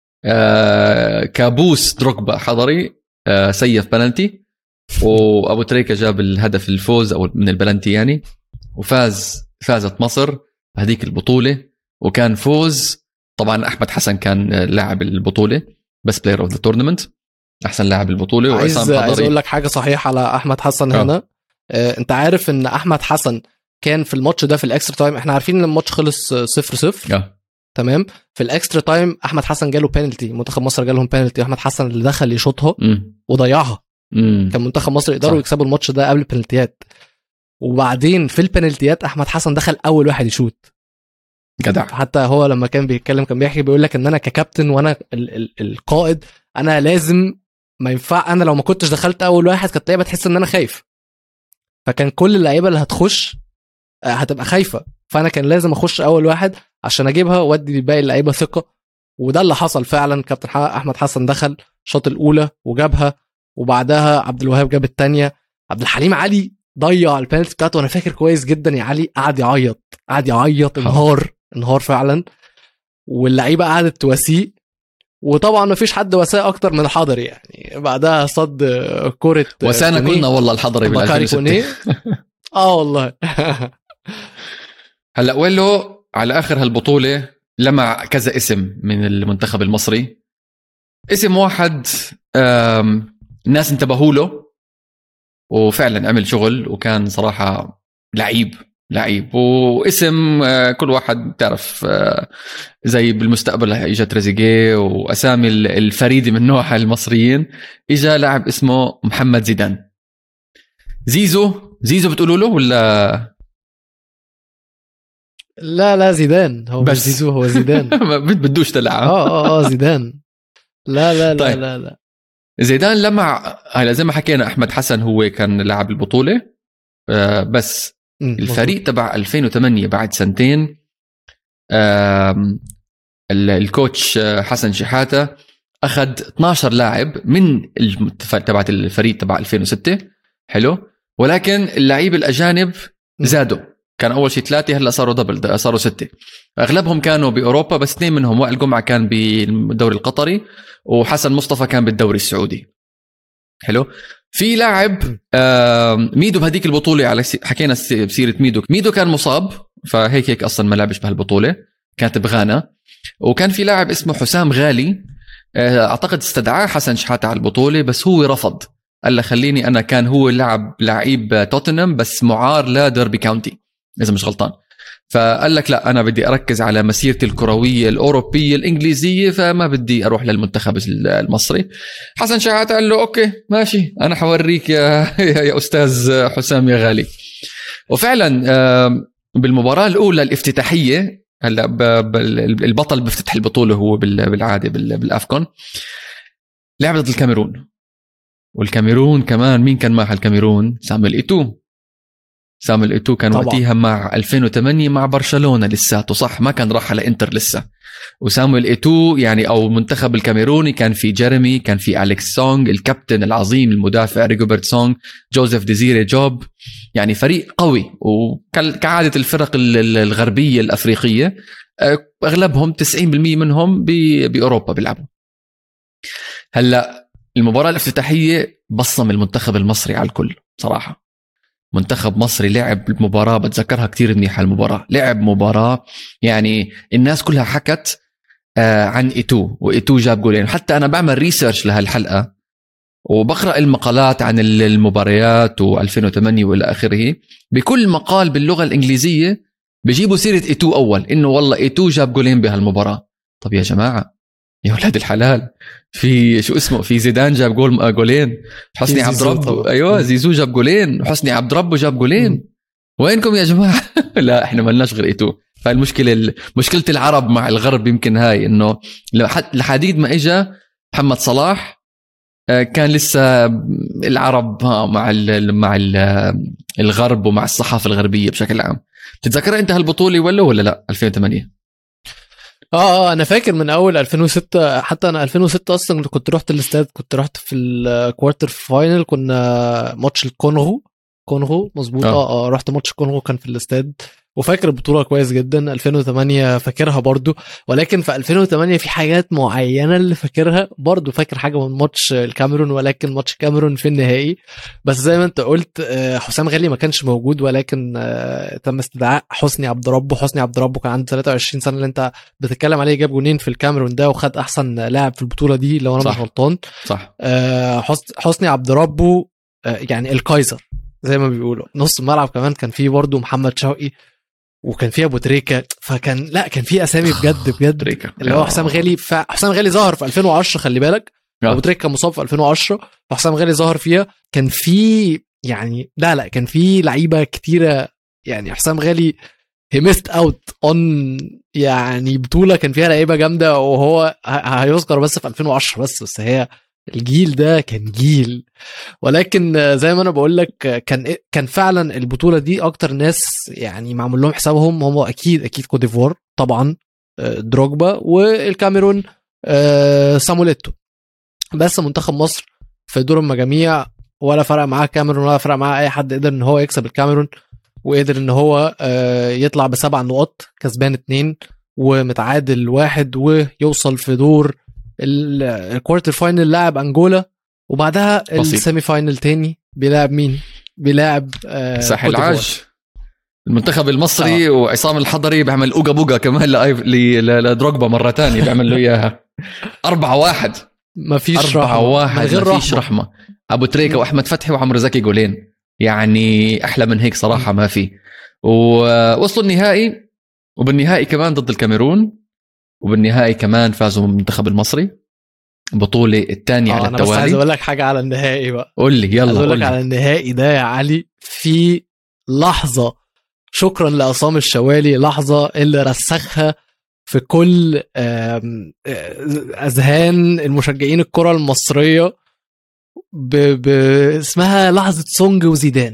[SPEAKER 1] كابوس دروغبا حضري سيف بلنتي، وأبو تريكة جاب الهدف الفوز أو من البلنتي يعني، فازت مصر بهذيك البطولة. وكان فوز طبعا. أحمد حسن كان لاعب البطولة بس بلاير اوف ذا تورنمنت، احسن لاعب البطوله.
[SPEAKER 2] عايز اقول لك حاجه صحيحه على احمد حسن هنا. انت عارف ان احمد حسن كان في الماتش ده في الاكسترا تايم، احنا عارفين ان الماتش خلص 0-0 تمام. في الاكسترا تايم احمد حسن جاله بينالتي، منتخب مصر جالهم بينالتي، احمد حسن اللي دخل يشوطها وضيعها. كان منتخب مصر يقدروا يكسبوا الماتش ده قبل البينالتيات، وبعدين في البينالتيات احمد حسن دخل اول واحد يشوط.
[SPEAKER 1] جدع.
[SPEAKER 2] حتى هو لما كان بيتكلم كان بيحكي بيقول لك ان انا ككابتن وانا القائد انا لازم ما ينفع، انا لو ما كنتش دخلت اول واحد كانت اللعيبه تحس ان انا خايف، فكان كل اللعيبه اللي هتخش هتبقى خايفه، فانا كان لازم اخش اول واحد عشان اجيبها وادي باقي اللعيبه ثقه. وده اللي حصل فعلا. كابتن احمد حسن دخل شاط الاولى وجابها، وبعدها عبد الوهاب جاب الثانيه. عبد الحليم علي ضيع البينالتي بتاعته، وانا فاكر كويس جدا يا علي قعد يعيط انهار فعلا، واللعيبه قعدت تواسيه، وطبعا ما فيش حد وساه اكتر من الحضري. يعني بعدها صد كرة
[SPEAKER 1] وسانا كلنا والله الحضري بال2006
[SPEAKER 2] والله.
[SPEAKER 1] هلا ويلو على اخر هالبطوله لمع كذا اسم من المنتخب المصري. اسم واحد الناس انتبهوا له وفعلا عمل شغل وكان صراحه لعيب. واسم كل واحد تعرف زي بالمستقبل اجى تريزيجيه واسامي الفريده من نوعها المصريين. اجى لاعب اسمه محمد زيدان. زيزو بتقولوا له ولا
[SPEAKER 2] لا زيدان هو، بس زيزو هو زيدان.
[SPEAKER 1] بدوش تلعب.
[SPEAKER 2] زيدان. لا
[SPEAKER 1] طيب.
[SPEAKER 2] لا
[SPEAKER 1] زيدان لمع هلا زي ما حكينا. احمد حسن هو كان لاعب البطوله بس الفريق تبع 2008 بعد سنتين الكوتش حسن شحاته اخذ 12 لاعب من تبعت الفريق تبع 2006. حلو. ولكن اللعيبه الاجانب زادوا. كان اول شيء 3 هلا صاروا دبل صاروا 6. اغلبهم كانوا باوروبا بس 2 منهم وائل جمعه كان بالدوري القطري وحسن مصطفى كان بالدوري السعودي. حلو. في لاعب ميدو بهديك البطوله على حكينا بسيره ميدو كان مصاب فهيك اصلا ما لعبش بهالبطوله كانت بغانا. وكان في لاعب اسمه حسام غالي اعتقد استدعاه حسن شحاته على البطوله بس هو رفض. قال له خليني انا كان هو لعيب توتنهام بس معار لديربي كاونتي اذا مش غلطان. فقال لك لا انا بدي اركز على مسيرتي الكرويه الاوروبيه الانجليزيه فما بدي اروح للمنتخب المصري. حسن شحاته قال له اوكي ماشي انا حوريك يا استاذ حسام يا غالي. وفعلا بالمباراه الاولى الافتتاحيه هلا البطل بيفتتح البطوله هو بالعاده بالافكون لعب ضد الكاميرون. والكاميرون كمان مين كان مع الكاميرون؟ سامويل إيتو كان طبعا. وقتها مع 2008 مع برشلونة لساته صح ما كان راح على انتر لسه. وسامويل إيتو يعني او منتخب الكاميروني كان في جيريمي كان في أليكس سونغ الكابتن العظيم المدافع ريغوبرت سونغ جوزيف ديزيري جوب يعني فريق قوي. وكعادة الفرق الغربية الأفريقية أغلبهم 90% منهم بأوروبا بيلعبوا. هلأ المباراة الافتتاحية بصم المنتخب المصري على الكل صراحة. منتخب مصري لعب المباراة بتذكرها كتير منيحة المباراة. لعب مباراة يعني الناس كلها حكت عن إيتو وإيتو جاب جولين. حتى أنا بعمل ريسيرش لهالحلقة وبقرأ المقالات عن المباريات و2008 وإلى آخره. بكل مقال باللغة الإنجليزية بيجيبوا سيرة إيتو أول إنه والله إيتو جاب جولين بهالمباراة. طب يا جماعة يا ولاد الحلال في شو اسمه في زيدان جاب جولين حسني عبد رب ايوه زيزو جاب جولين وحسني عبد رب جاب جولين. وينكم يا جماعه؟ لا احنا ما لناش غير إيتو. فالمشكله مشكله العرب مع الغرب يمكن هاي انه لحديد ما اجى محمد صلاح كان لسه العرب مع الغرب ومع الصحافه الغربيه بشكل عام. تتذكر انت هالبطوله ولا لا 2008؟
[SPEAKER 2] انا فاكر من اول 2006. حتى انا 2006 اصلا كنت رحت الاستاد كنت رحت في الكوارتر فاينل كنا ماتش الكونغو مظبوط. رحت ماتش الكونغو كان في الاستاد وفاكر البطوله كويس جدا. 2008 فاكرها برضو ولكن في 2008 في حاجات معينه اللي فاكرها برضو. فاكر حاجه من ماتش الكاميرون ولكن ماتش الكاميرون في النهائي بس زي ما انت قلت حسام غالي ما كانش موجود ولكن تم استدعاء حسني عبد رب كان عنده 23 سنه اللي انت بتتكلم عليه. جاب جونين في الكاميرون ده وخد احسن لاعب في البطوله دي لو انا مش غلطان
[SPEAKER 1] صح.
[SPEAKER 2] حسني عبد رب يعني القيصر زي ما بيقولوا. نص الملعب كمان كان فيه برضو محمد شوقي وكان فيها ابو تريكه. كان في اسامي بجد اللي هو حسام غالي. حسام غالي ظهر في 2010 خلي بالك. ابو تريكه مصاب في 2010 فحسام غالي ظهر فيها. كان في يعني كان في لعيبه كتيره يعني حسام غالي he missed out on يعني بطوله كان فيها لعيبه جامده وهو هيذكر بس في 2010 بس هي الجيل ده كان جيل. ولكن زي ما انا بقول لك كان فعلا البطوله دي اكتر ناس يعني معمول لهم حسابهم هم اكيد كوت ديفوار طبعا دروجبا والكاميرون سامويل إيتو. بس منتخب مصر في دور المجاميع ولا فرق معاه كاميرون ولا فرق معاه اي حد. قدر ان هو يكسب الكاميرون وقدر ان هو يطلع ب7 نقاط كسبان 2 ومتعادل 1 ويوصل في دور الكوارتر فاينل لاعب انجولا وبعدها السيمي فاينل تاني بيلاعب مين؟ بيلاعب
[SPEAKER 1] ساحل العاج المنتخب المصري. وعصام الحضري بيعمل اوجا بوجا كمان لدروجبا مرة تانية بيعمل له اياها 4-1
[SPEAKER 2] ما فيش
[SPEAKER 1] رحمة. ابو تريكة واحمد فتحي وعمرو زكي جولين يعني احلى من هيك صراحة ما في. ووصلوا النهائي وبالنهائي كمان ضد الكاميرون وبالنهائي كمان فازوا المنتخب المصري بطولة الثانية على التوالي.
[SPEAKER 2] أنا بس عايز أقول لك حاجة على النهائي بقى.
[SPEAKER 1] قول لي يلا.
[SPEAKER 2] أقول لك على النهائي ده يا علي في لحظة شكرا لعصام الشوالي لحظة اللي رسخها في كل أذهان المشجعين الكرة المصرية اسمها لحظة سونج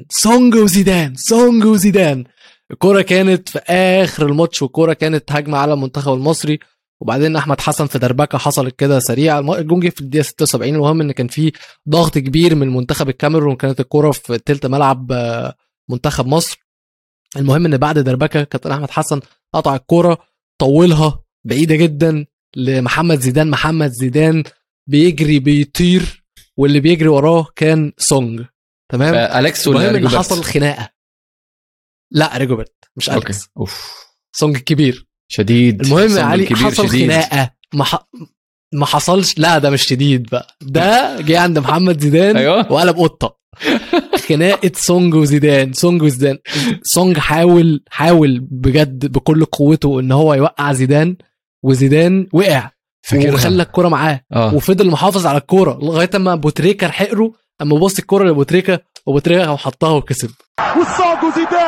[SPEAKER 2] وزيدان. الكرة كانت في آخر الماتش، والكرة كانت هجمة على المنتخب المصري، وبعدين أحمد حسن في دربكة حصلت كده سريع، الجون جه في الدقيقة 76. المهم إن كان في ضغط كبير من منتخب الكاميرون، كانت الكرة في تلت ملعب منتخب مصر. المهم إن بعد دربكة كابتن أحمد حسن قطع الكرة طولها بعيدة جدا لمحمد زيدان بيجري بيطير، واللي بيجري وراه كان سونج. تمام.
[SPEAKER 1] أليكس ولا
[SPEAKER 2] المهم إن
[SPEAKER 1] ريجوبرت؟
[SPEAKER 2] حصل خناقة. لا ريجوبرت مش أليكس. سونج كبير
[SPEAKER 1] شديد.
[SPEAKER 2] المهم علي حصل شديد. خناقة ما حصلش. لا ده مش شديد بقى، ده جه عند محمد زيدان
[SPEAKER 1] أيوة.
[SPEAKER 2] وقلب قطة. خناقة سونج وزيدان. سونج حاول بجد بكل قوته ان هو يوقع زيدان، وزيدان وقع وخلى الكرة معاه وفضل محافظ على الكرة لغاية ما بوتريكا لحقه. اما بص الكرة لبوتريكا وبوتريكا حطها وكسب.
[SPEAKER 5] والسونج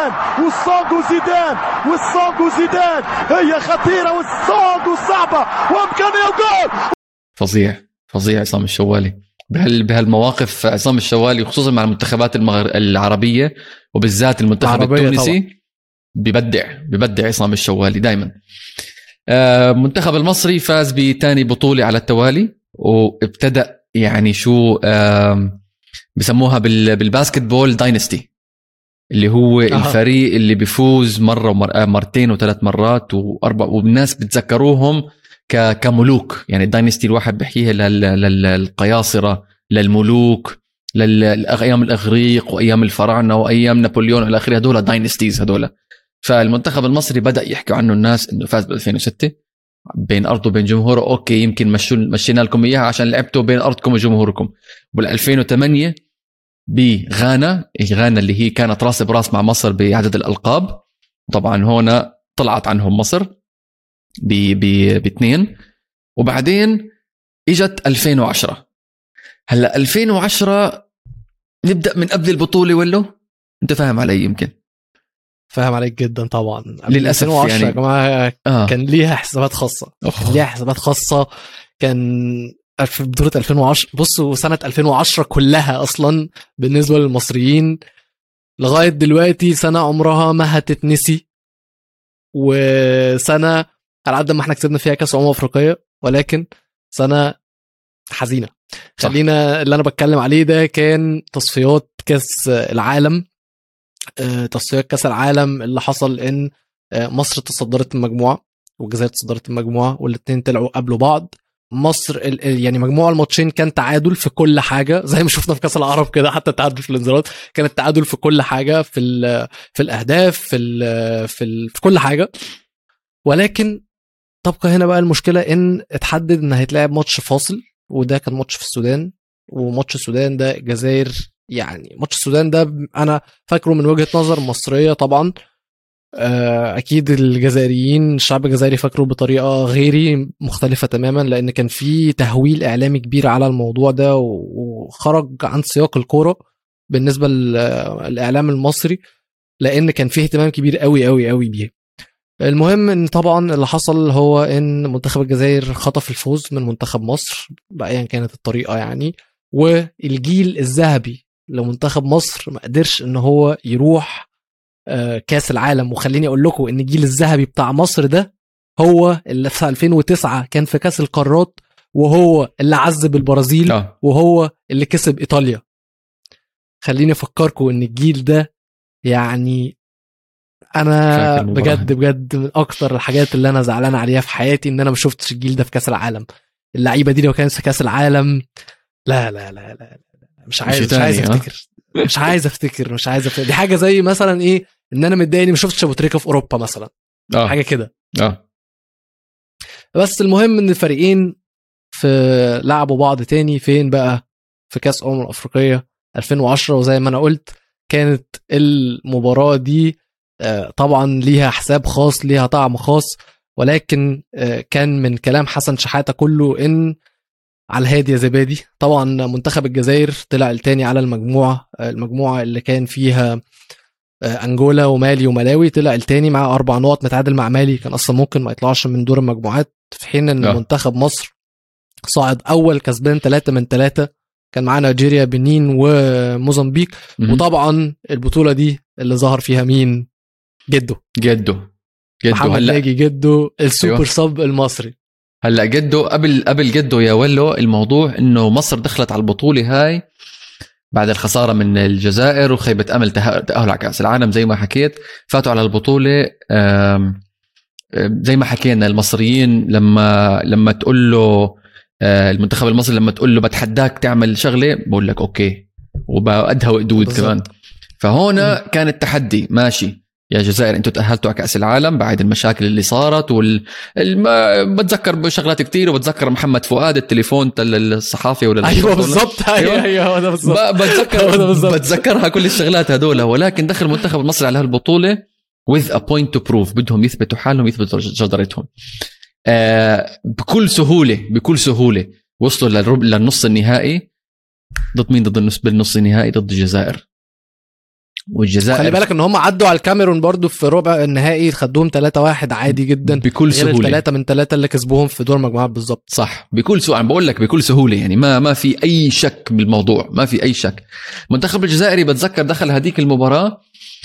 [SPEAKER 5] وزيدان هي خطيرة، والسونج صعبة وامكانية وجول.
[SPEAKER 1] فظيع عصام الشوالي بهالمواقف. عصام الشوالي خصوصا مع المنتخبات العربية وبالذات المنتخب التونسي ببدع عصام الشوالي دايما. منتخب المصري فاز بتاني بطولة على التوالي، وابتدأ يعني شو بسموها بالباسكت بول داينستي، اللي هو الفريق اللي بيفوز مرة مرتين وثلاث مرات واربع، والناس بتذكروهم كملوك. يعني الداينستي الواحد بحكيها للقياصرة، للملوك، لأيام الأغريق وأيام الفراعنة وأيام نابليون إلى آخره. هدول داينستيز هدول. فالمنتخب المصري بدأ يحكي عنه الناس إنه فاز ب 2006 بين أرضه وبين جمهوره. أوكي يمكن مشينا لكم إياها عشان لعبتوا بين أرضكم وجمهوركم. وبال2008 بغانا اللي هي كانت راس براس مع مصر بعدد الألقاب. طبعا هنا طلعت عنهم مصر باثنين. وبعدين اجت 2010. هلا 2010 نبدا من قبل البطوله ولا انت فاهم علي؟ يمكن
[SPEAKER 2] فاهم عليك جدا طبعا.
[SPEAKER 1] للاسف
[SPEAKER 2] 2010
[SPEAKER 1] يعني
[SPEAKER 2] يا جماعه كان ليها حسابات خاصه. كان في بطوله 2010. بصوا سنه 2010 كلها اصلا بالنسبه للمصريين لغايه دلوقتي سنه عمرها ما هتتنسي، وسنه على قد ما احنا كسبنا فيها كاس افريقيا ولكن سنه حزينه. خلينا اللي انا بتكلم عليه ده كان تصفيات كاس العالم. تصفيات كاس العالم اللي حصل ان مصر تصدرت المجموعه والجزائر تصدرت المجموعه، والاثنين طلعوا قبلوا بعض. مصر يعني مجموعه الماتشين كان تعادل في كل حاجه زي ما شفنا في كاس العرب كده، حتى التعادل في الانذارات كان التعادل في كل حاجه، في الاهداف، في كل حاجه. ولكن تبقى هنا بقى المشكله ان اتحدد ان هيتلعب ماتش فاصل، وده كان ماتش في السودان. وماتش السودان ده الجزائر، يعني ماتش السودان ده انا فاكره من وجهة نظر مصرية طبعا. اكيد الجزائريين الشعب الجزائري فاكره بطريقة غيري مختلفة تماما، لان كان في تهويل اعلامي كبير على الموضوع ده وخرج عن سياق الكورة بالنسبة للاعلام المصري، لان كان فيه اهتمام كبير قوي قوي قوي بيه. المهم ان طبعا اللي حصل هو ان منتخب الجزائر خطف الفوز من منتخب مصر بأيا كانت الطريقة يعني، والجيل الذهبي لمنتخب مصر ما قدرش ان هو يروح كاس العالم. وخليني اقول لكم ان الجيل الذهبي بتاع مصر ده هو اللي في 2009 كان في كاس القارات، وهو اللي عذب البرازيل وهو اللي كسب ايطاليا. خليني افكركم ان الجيل ده يعني انا بجد من اكتر الحاجات اللي انا زعلان عليها في حياتي ان انا ما شفتش الجيل ده في كاس العالم. اللعيبه دي لو كانت في كاس العالم لا لا لا لا مش عايز افتكر. دي حاجه زي مثلا ايه ان انا متضايق اني ما شفتش ابو تريكه في اوروبا مثلا. حاجه كده. بس المهم ان الفريقين في لعبوا بعض تاني فين بقى؟ في كاس افريقيا 2010. وزي ما انا قلت كانت المباراه دي طبعا ليها حساب خاص، ليها طعم خاص، ولكن كان من كلام حسن شحاتة كله ان على الهادي يا زبادي. طبعا منتخب الجزائر طلع التاني على المجموعة اللي كان فيها أنجولا ومالي وملاوي، طلع التاني مع 4 نقط متعادل مع مالي، كان أصلا ممكن ما يطلعش من دور المجموعات، في حين أن منتخب مصر صاعد أول كسبان 3 من 3 كان معانا نيجيريا، بنين وموزمبيق. وطبعا البطولة دي اللي ظهر فيها مين؟ جدو محمد ناجي جدو السوبر أيوة. صب المصري.
[SPEAKER 1] هلا جدو قبل جدو يا ولو، الموضوع انه مصر دخلت على البطولة هاي بعد الخسارة من الجزائر وخيبة امل تأهل على كأس العالم. زي ما حكيت فاتوا على البطولة زي ما حكينا المصريين لما تقول له المنتخب المصري لما تقول له بتحداك تعمل شغلة بقول لك اوكي وبقدها وقدود بالزبط. كمان فهنا كان التحدي ماشي يا جزائر انتوا تأهلتوا على كأس العالم بعد المشاكل اللي صارت بتذكر بشغلات كتير، وبتذكر محمد فؤاد التليفون الصحافي ولا
[SPEAKER 2] ايوه بالضبط ايوه ده بالضبط
[SPEAKER 1] بتذكرها كل الشغلات هذول. ولكن دخل المنتخب المصري على هالبطولة with a point to prove، بدهم يثبتوا حالهم يثبتوا جدارتهم بكل سهولة وصلوا للنص النهائي. ضد مين؟ بالنص النهائي ضد الجزائر. والجزائر
[SPEAKER 2] خلي بالك ان هم عدوا على الكاميرون برضو في ربع النهائي، خدوهم 3-1 عادي جدا
[SPEAKER 1] بكل سهولة،
[SPEAKER 2] 3 من 3 اللي كسبوهم في دور مجموعات بالظبط.
[SPEAKER 1] صح بكل سهولة، عم بقول لك بكل سهولة يعني ما في اي شك بالموضوع، ما في اي شك. المنتخب الجزائري بتذكر دخل هذيك المباراة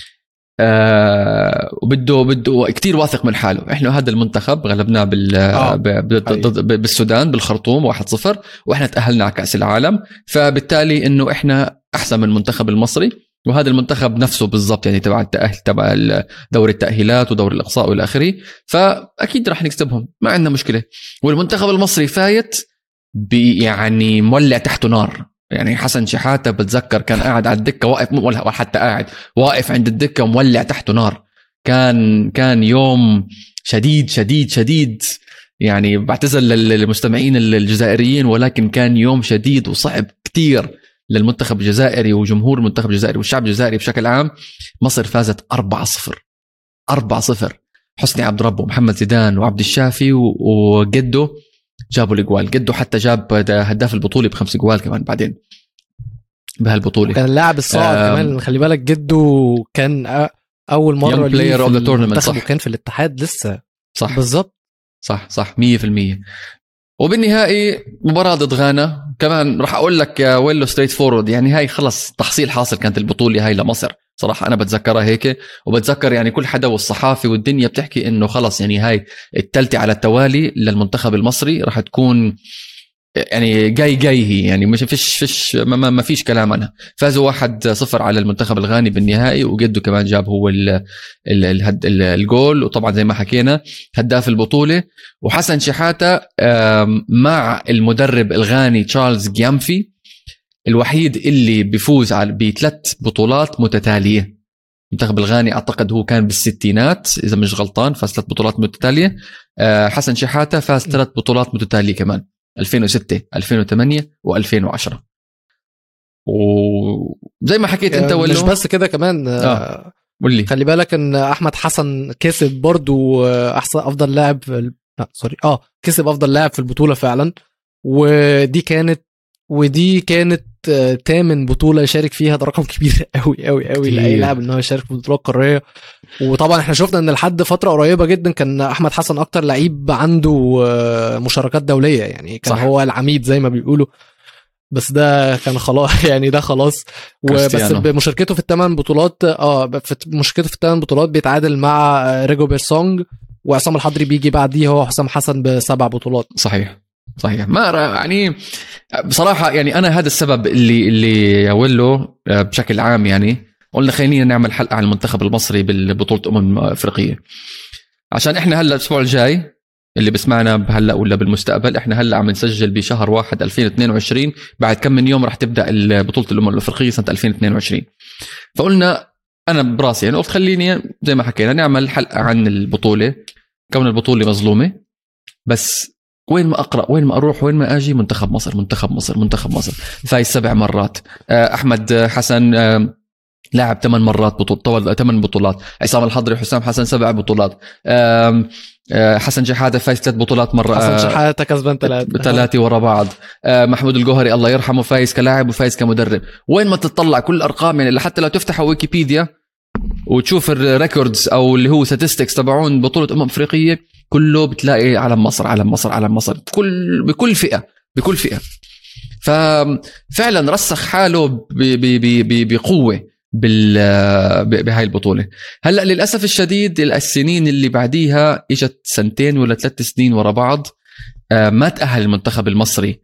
[SPEAKER 1] وبده كتير واثق من حاله. احنا هذا المنتخب غلبناه بالسودان بالخرطوم 1-0 واحنا تأهلنا على كأس العالم، فبالتالي انه احنا احسن من المنتخب المصري. وهذا المنتخب نفسه بالضبط يعني تبع التأهل تبع دور التأهيلات ودور الإقصاء والى آخره، فأكيد رح نكسبهم ما عندنا مشكلة. والمنتخب المصري فايت يعني مولع تحته نار. يعني حسن شحاتة بتذكر كان قاعد على الدكة واقف، ولا حتى قاعد واقف عند الدكة ومولع تحته نار. كان يوم شديد يعني بعتذر للمستمعين الجزائريين، ولكن كان يوم شديد وصعب كتير للمنتخب الجزائري وجمهور المنتخب الجزائري والشعب الجزائري بشكل عام. مصر فازت 4-0. حسني عبد رب ومحمد زيدان وعبد الشافي وجدو جابوا الجوال. جدو حتى جاب هداف البطولة ب5 جوال كمان بعدين بهالبطولة.
[SPEAKER 2] كان اللاعب الصاعد كمان. خلي بالك جدو كان أول مرة
[SPEAKER 1] بلاير اوف ذا تورنمنت، صح،
[SPEAKER 2] وكان في الاتحاد لسه.
[SPEAKER 1] صح
[SPEAKER 2] بالضبط
[SPEAKER 1] صح 100%. وبالنهائي مباراة ضد غانا كمان راح أقول لك يا ويلو ستريت فورورد، يعني هاي خلص تحصيل حاصل كانت البطولة هاي لمصر صراحة. أنا بتذكرها هيك، وبتذكر يعني كل حدا والصحافي والدنيا بتحكي إنه خلص يعني هاي الثالثة على التوالي للمنتخب المصري راح تكون يعني جاي هي يعني مش فيش ما فيش كلام عنها. فازوا 1-0 على المنتخب الغاني بالنهائي، وجده كمان جاب هو الجول، وطبعا زي ما حكينا هداف البطولة. وحسن شحاتة مع المدرب الغاني تشارلز جيامفي الوحيد اللي بيفوز ب3 بطولات متتالية. المنتخب الغاني أعتقد هو كان بالستينات إذا مش غلطان، فاز 3 بطولات متتالية. حسن شحاتة فاز 3 بطولات متتالية كمان، 2006 2008 و2010. وزي ما حكيت انت
[SPEAKER 2] مش بس كده كمان
[SPEAKER 1] قولي.
[SPEAKER 2] خلي بالك ان احمد حسن كسب برضو احسن افضل لاعب كسب افضل لاعب في البطولة فعلا. ودي كانت 8 بطولة يشارك فيها. ده رقم كبير قوي لأي لاعب ان هو يشارك في بطولات قارية. وطبعا احنا شفنا ان لحد فترة قريبة جدا كان احمد حسن اكتر لعيب عنده مشاركات دولية، يعني كان صح. هو العميد زي ما بيقولوا، بس ده كان خلاص يعني ده خلاص. وبس بمشاركته في ال8 بطولات مشاركته في ال8 بطولات بيتعادل مع ريجو بيرسونج، وعصام الحضري بيجي بعديه هو حسام حسن ب7 بطولات.
[SPEAKER 1] صحيح ما يعني بصراحة يعني أنا هذا السبب اللي يولو بشكل عام يعني قلنا خلينا نعمل حلقة عن المنتخب المصري بالبطولة أفريقية، عشان إحنا هلأ الأسبوع الجاي اللي بسمعنا هلأ ولا بالمستقبل، إحنا هلأ عم نسجل بشهر 1 2022، بعد كم من يوم رح تبدأ بطولة الأفريقية سنة 2022. فقلنا أنا براسي يعني قلت خليني زي ما حكينا نعمل حلقة عن البطولة، كون البطولة مظلومة، بس وين ما أقرأ وين ما أروح وين ما أجي منتخب مصر فايز 7 مرات. أحمد حسن لاعب 8 مرات بطولة 8 بطولات. عصام الحضري وحسام حسن 7 بطولات. حسن شحاتة فايز 3 بطولات مرة.
[SPEAKER 2] حسن شحاتة كسبان
[SPEAKER 1] 3 ورا بعض. محمود الجوهري الله يرحمه فايز كلاعب وفايز كمدرب. وين ما تطلع كل الأرقام يعني حتى لو تفتح ويكيبيديا وتشوف الريكوردز أو اللي هو statistics تبعون بطولة أفريقية كله بتلاقي علم مصر بكل فئة. ففعلا رسخ حاله بقوة بهاي البطولة. هلأ للأسف الشديد السنين اللي بعديها اجت 2 ولا 3 سنين ورا بعض ما تأهل المنتخب المصري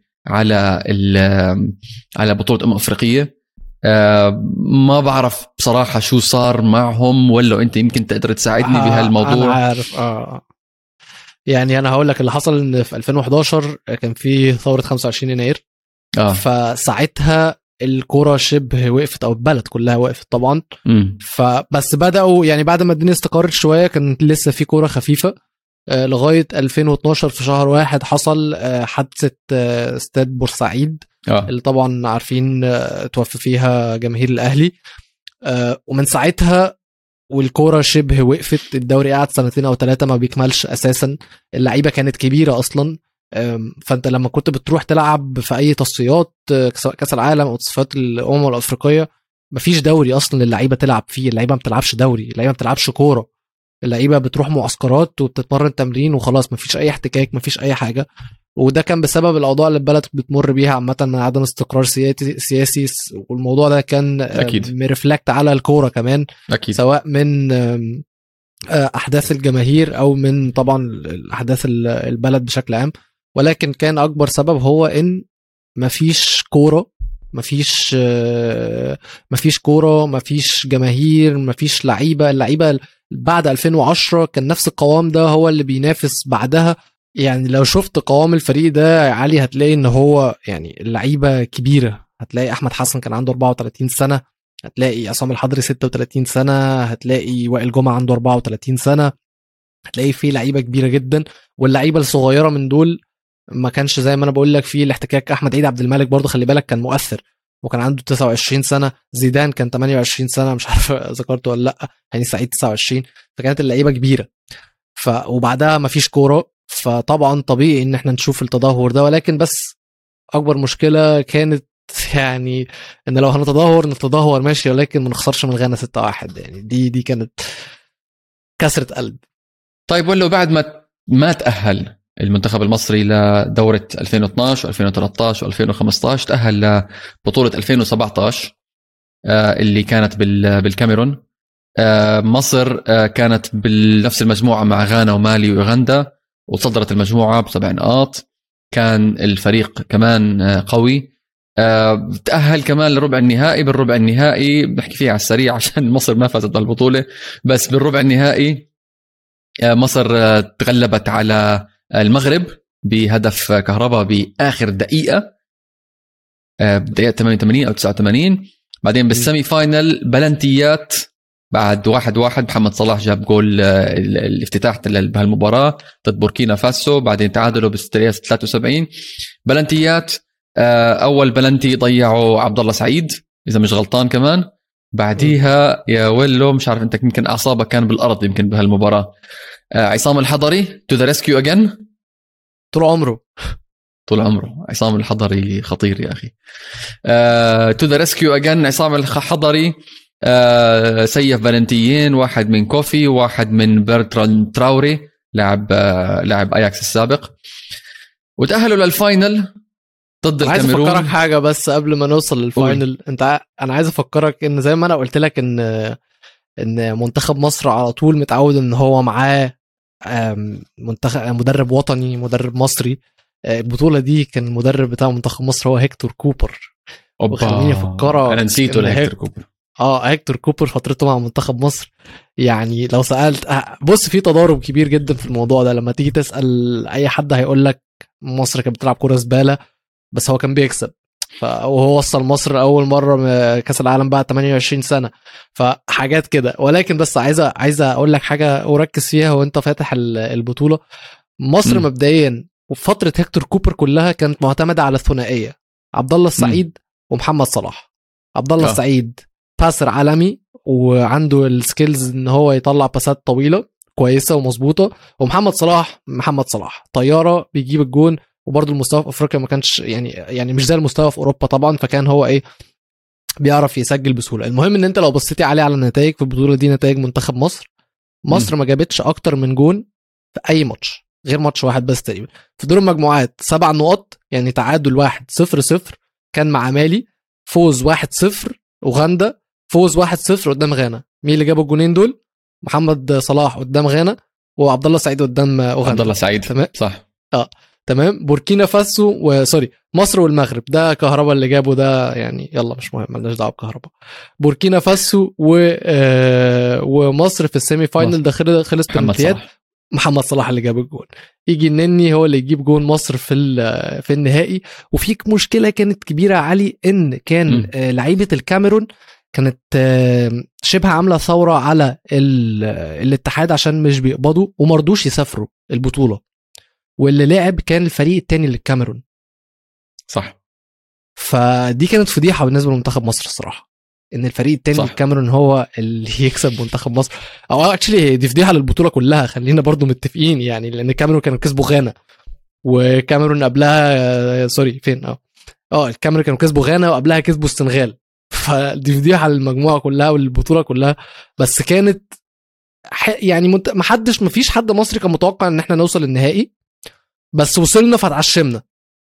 [SPEAKER 1] على بطولة أفريقية. ما بعرف بصراحة شو صار معهم، ولا أنت يمكن تقدر تساعدني بهالموضوع.
[SPEAKER 2] أنا عارف يعني أنا هقول لك اللي حصل إن في 2011 كان في ثورة 25 يناير. فساعتها الكرة شبه وقفت، أو البلد كلها وقفت طبعا. فبس بدأوا يعني بعد ما الدنيا استقرت شوية كانت لسه في كرة خفيفة لغاية 2012 في شهر 1 حصل حادثة استاد بورسعيد اللي طبعا عارفين توفى فيها جماهير الأهلي. ومن ساعتها والكورة شبه وقفت. الدوري قعد 2 أو 3 ما بيكملش أساسا. اللعيبة كانت كبيرة أصلا. فأنت لما كنت بتروح تلعب في أي تصفيات سواء كأس العالم أو تصفيات الأمم الأفريقية مفيش دوري أصلا اللعيبة تلعب فيه. اللعيبة ما بتلعبش دوري، اللعيبة ما بتلعبش كورة. اللعيبة بتروح معسكرات وبتتمرن تمرين وخلاص، مفيش أي احتكاك، مفيش أي حاجة. وده كان بسبب الأوضاع اللي البلد بتمر بيها عامة من عدم استقرار سياسي. والموضوع ده كان مرفلكت على الكورة كمان أكيد. سواء من أحداث الجماهير أو من طبعا أحداث البلد بشكل عام. ولكن كان أكبر سبب هو إن مفيش كورة، مفيش كورة، مفيش جماهير، مفيش لعيبة. اللعيبة بعد 2010 كان نفس القوام ده هو اللي بينافس بعدها. يعني لو شفت قوام الفريق ده علي هتلاقي ان هو يعني اللعيبة كبيرة. هتلاقي احمد حسن كان عنده 34 سنة، هتلاقي عصام الحضري 36 سنة، هتلاقي وائل جمعة عنده 34 سنة، هتلاقي فيه لعيبة كبيرة جدا. واللعيبة الصغيرة من دول ما كانش زي ما انا بقول لك فيه الاحتكاك. احمد عيد عبد الملك برضه خلي بالك كان مؤثر وكان عنده 29 سنة. زيدان كان 28 سنة، مش عارف ذكرته ولا لا، يعني سعيد 29. فكانت اللعيبة كبيرة. وبعدها ما فيش كورة، فطبعا طبيعي ان احنا نشوف التدهور ده. ولكن بس اكبر مشكلة كانت يعني ان لو نتدهور ماشي، ولكن ما نخسرش من غانا 6-1. يعني دي كانت كسرة قلب.
[SPEAKER 1] طيب ولو بعد ما تأهل المنتخب المصري لدورة 2012 و2013 و2015 تأهل لبطولة 2017 اللي كانت بالكاميرون. مصر كانت بنفس المجموعة مع غانا ومالي وأوغندا وصدرت المجموعة ب7 نقاط. كان الفريق كمان قوي. تأهل كمان لربع النهائي. بالربع النهائي بحكي فيه على السريع عشان مصر ما فازت بالبطولة، بس بالربع النهائي مصر تغلبت على المغرب بهدف كهربا بآخر دقيقة 88 أو 89. بعدين بالسيمي فاينل بلنتيات بعد 1-1 محمد صلاح جاب جول الافتتاح بهالمباراة ضد بوركينا فاسو. بعدين تعادلوا بالستريس 73 بلنتيات. أول بلنتي ضيعوا عبد الله سعيد إذا مش غلطان كمان. بعديها يا ولو مش عارف أنت يمكن أعصابك كان بالأرض يمكن بهالمباراة. عصام الحضري to the rescue again. طول عمره عصام الحضري خطير يا أخي. to the rescue again. عصام الحضري سيف بلنتيين، واحد من كوفي وواحد من برتران تراوري لاعب أياكس السابق، وتأهلوا للفاينل ضد الكاميرون.
[SPEAKER 2] عايز افكرك حاجه بس قبل ما نوصل للفاينل. انا عايز افكرك ان زي ما انا قلت لك ان منتخب مصر على طول متعود ان هو معاه مدرب وطني، مدرب مصري. البطوله دي كان المدرب بتاع منتخب مصر هو هيكتور كوبر. وخليني افكرك،
[SPEAKER 1] انا نسيته هيكتور كوبر.
[SPEAKER 2] هيكتور كوبر فترته مع منتخب مصر يعني لو سألت بص في تضارب كبير جدا في الموضوع ده. لما تيجي تسأل اي حد هيقول لك مصر كانت بتلعب كرة زبالة بس هو كان بيكسب. وهو وصل مصر اول مرة كاس العالم بعد 28 سنة. فحاجات كده. ولكن بس عايز اقول لك حاجة وركز فيها وانت فاتح البطولة. مصر مبدئيا وفترة هيكتور كوبر كلها كانت معتمدة على الثنائية عبد الله السعيد ومحمد صلاح. عبد الله السعيد باسر عالمي وعنده السكيلز ان هو يطلع باسات طويله كويسه ومظبوطه. ومحمد صلاح طياره بيجيب الجون. وبرده المستوى في افريقيا ما كانش يعني مش زي المستوى في اوروبا طبعا، فكان هو بيعرف يسجل بسهوله. المهم ان انت لو بصيتي عليه على النتائج في البطوله دي، نتائج منتخب مصر ما جابتش اكتر من جون في اي ماتش غير ماتش واحد بس تقريبا في دور المجموعات. 7 نقط يعني تعادل 1-0-0 كان مع مالي، فوز 1-0. اوغندا فوز 1-0 قدام غانا. مين اللي جابوا الجونين دول؟ محمد صلاح قدام غانا وعبد الله سعيد قدام اوغندا.
[SPEAKER 1] عبد الله سعيد
[SPEAKER 2] تمام
[SPEAKER 1] صح.
[SPEAKER 2] تمام. بوركينا فاسو وسوري مصر والمغرب، ده كهربا اللي جابه ده يعني، يلا مش مهم مالناش دعوه بكهربا. بوركينا فاسو ومصر في السيمي فاينل ده خلص بنتيات. محمد صلاح اللي جاب الجون. يجي النني هو اللي يجيب جون مصر في النهائي. وفيك مشكله كانت كبيره علي، ان كان لعيبه الكاميرون كانت شبه عامله ثوره على الاتحاد عشان مش بيقبضوا ومرضوش يسافروا البطوله، واللي لعب كان الفريق التاني للكاميرون.
[SPEAKER 1] صح.
[SPEAKER 2] فدي كانت فضيحه بالنسبه لمنتخب مصر الصراحه، ان الفريق التاني للكاميرون هو اللي يكسب منتخب مصر. او اكشلي دي فضيحه للبطوله كلها، خلينا برضو متفقين يعني، لان الكاميرون كانوا كسبوا غانا، وكاميرون قبلها سوري فين الكاميرون كانوا كسبوا غانا وقبلها كسبوا السنغال. فدي فضيحه للمجموعه كلها وللبطوله كلها. بس كانت يعني مفيش حد مصري كان متوقع ان احنا نوصل للنهائي، بس وصلنا فتعشمنا.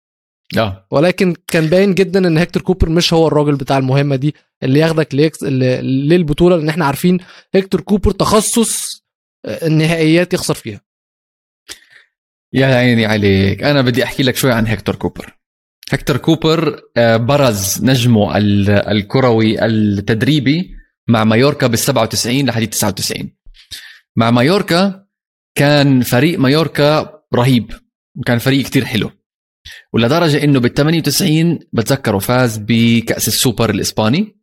[SPEAKER 2] ولكن كان باين جدا ان هيكتور كوبر مش هو الراجل بتاع المهمه دي اللي ياخدك للبطوله، لان احنا عارفين هيكتور كوبر تخصص النهائيات يخسر فيها.
[SPEAKER 1] يا عيني عليك. انا بدي احكي لك شوي عن هيكتور كوبر. هيكتور كوبر برز نجمه الكروي التدريبي مع مايوركا بال97 لحد 99. مع مايوركا كان فريق مايوركا رهيب، وكان فريق كتير حلو، ولدرجة انه بال98 بتذكروا فاز بكأس السوبر الاسباني.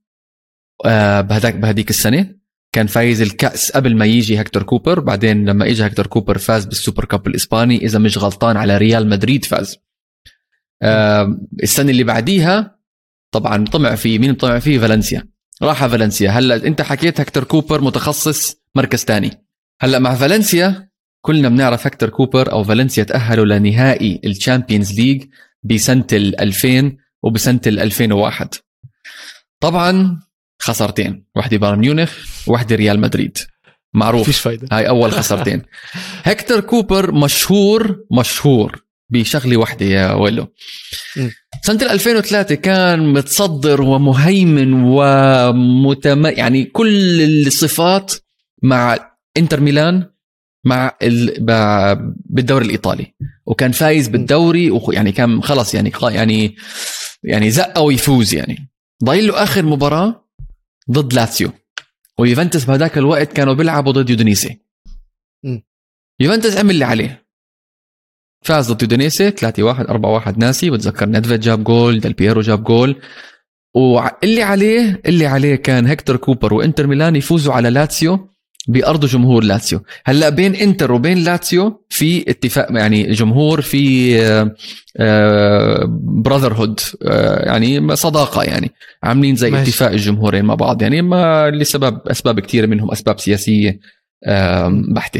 [SPEAKER 1] بهديك السنة كان فايز الكأس قبل ما يجي هيكتور كوبر. بعدين لما اجى هيكتور كوبر فاز بالسوبر كاب الاسباني، اذا مش غلطان على ريال مدريد فاز. السنة اللي بعديها طبعا طمع فيه فالنسيا، راح فالنسيا. هلا انت حكيت هيكتور كوبر متخصص مركز تاني. هلا مع فالنسيا كلنا بنعرف هيكتور كوبر او فالنسيا تأهلوا لنهائي الشامبيونز ليج بسنة 2000 وبسنة 2001. طبعا خسرتين، واحدة بايرن ميونخ وواحدة ريال مدريد، معروف
[SPEAKER 2] فيش فايدة.
[SPEAKER 1] هاي اول خسرتين. هيكتور كوبر مشهور بشغلة واحدة يا ويلو. سنة 2003 كان متصدر ومهيمن يعني كل الصفات مع انتر ميلان بالدوري الإيطالي، وكان فايز بالدوري، يعني كان خلص يعني زقه ويفوز. يعني ضايل له آخر مباراة ضد لاتسيو، ويوفنتوس بهداك الوقت كانوا بيلعبوا ضد يودينيسي. يوفنتوس عمل اللي عليه، فاز ضد يودينيسي 3-1 4-1 ناسي، وتذكر ندفيد جاب جول، ديل بييرو جاب جول. واللي عليه كان هيكتور كوبر وإنتر ميلان يفوزوا على لاتسيو بأرض جمهور لاتسيو. هلأ بين إنتر وبين لاتسيو في اتفاق، يعني جمهور، في براذرهود، يعني صداقة، يعني عاملين زي ماشي. اتفاق الجمهورين مع بعض، يعني ما أسباب كتيرة منهم أسباب سياسية بحتة.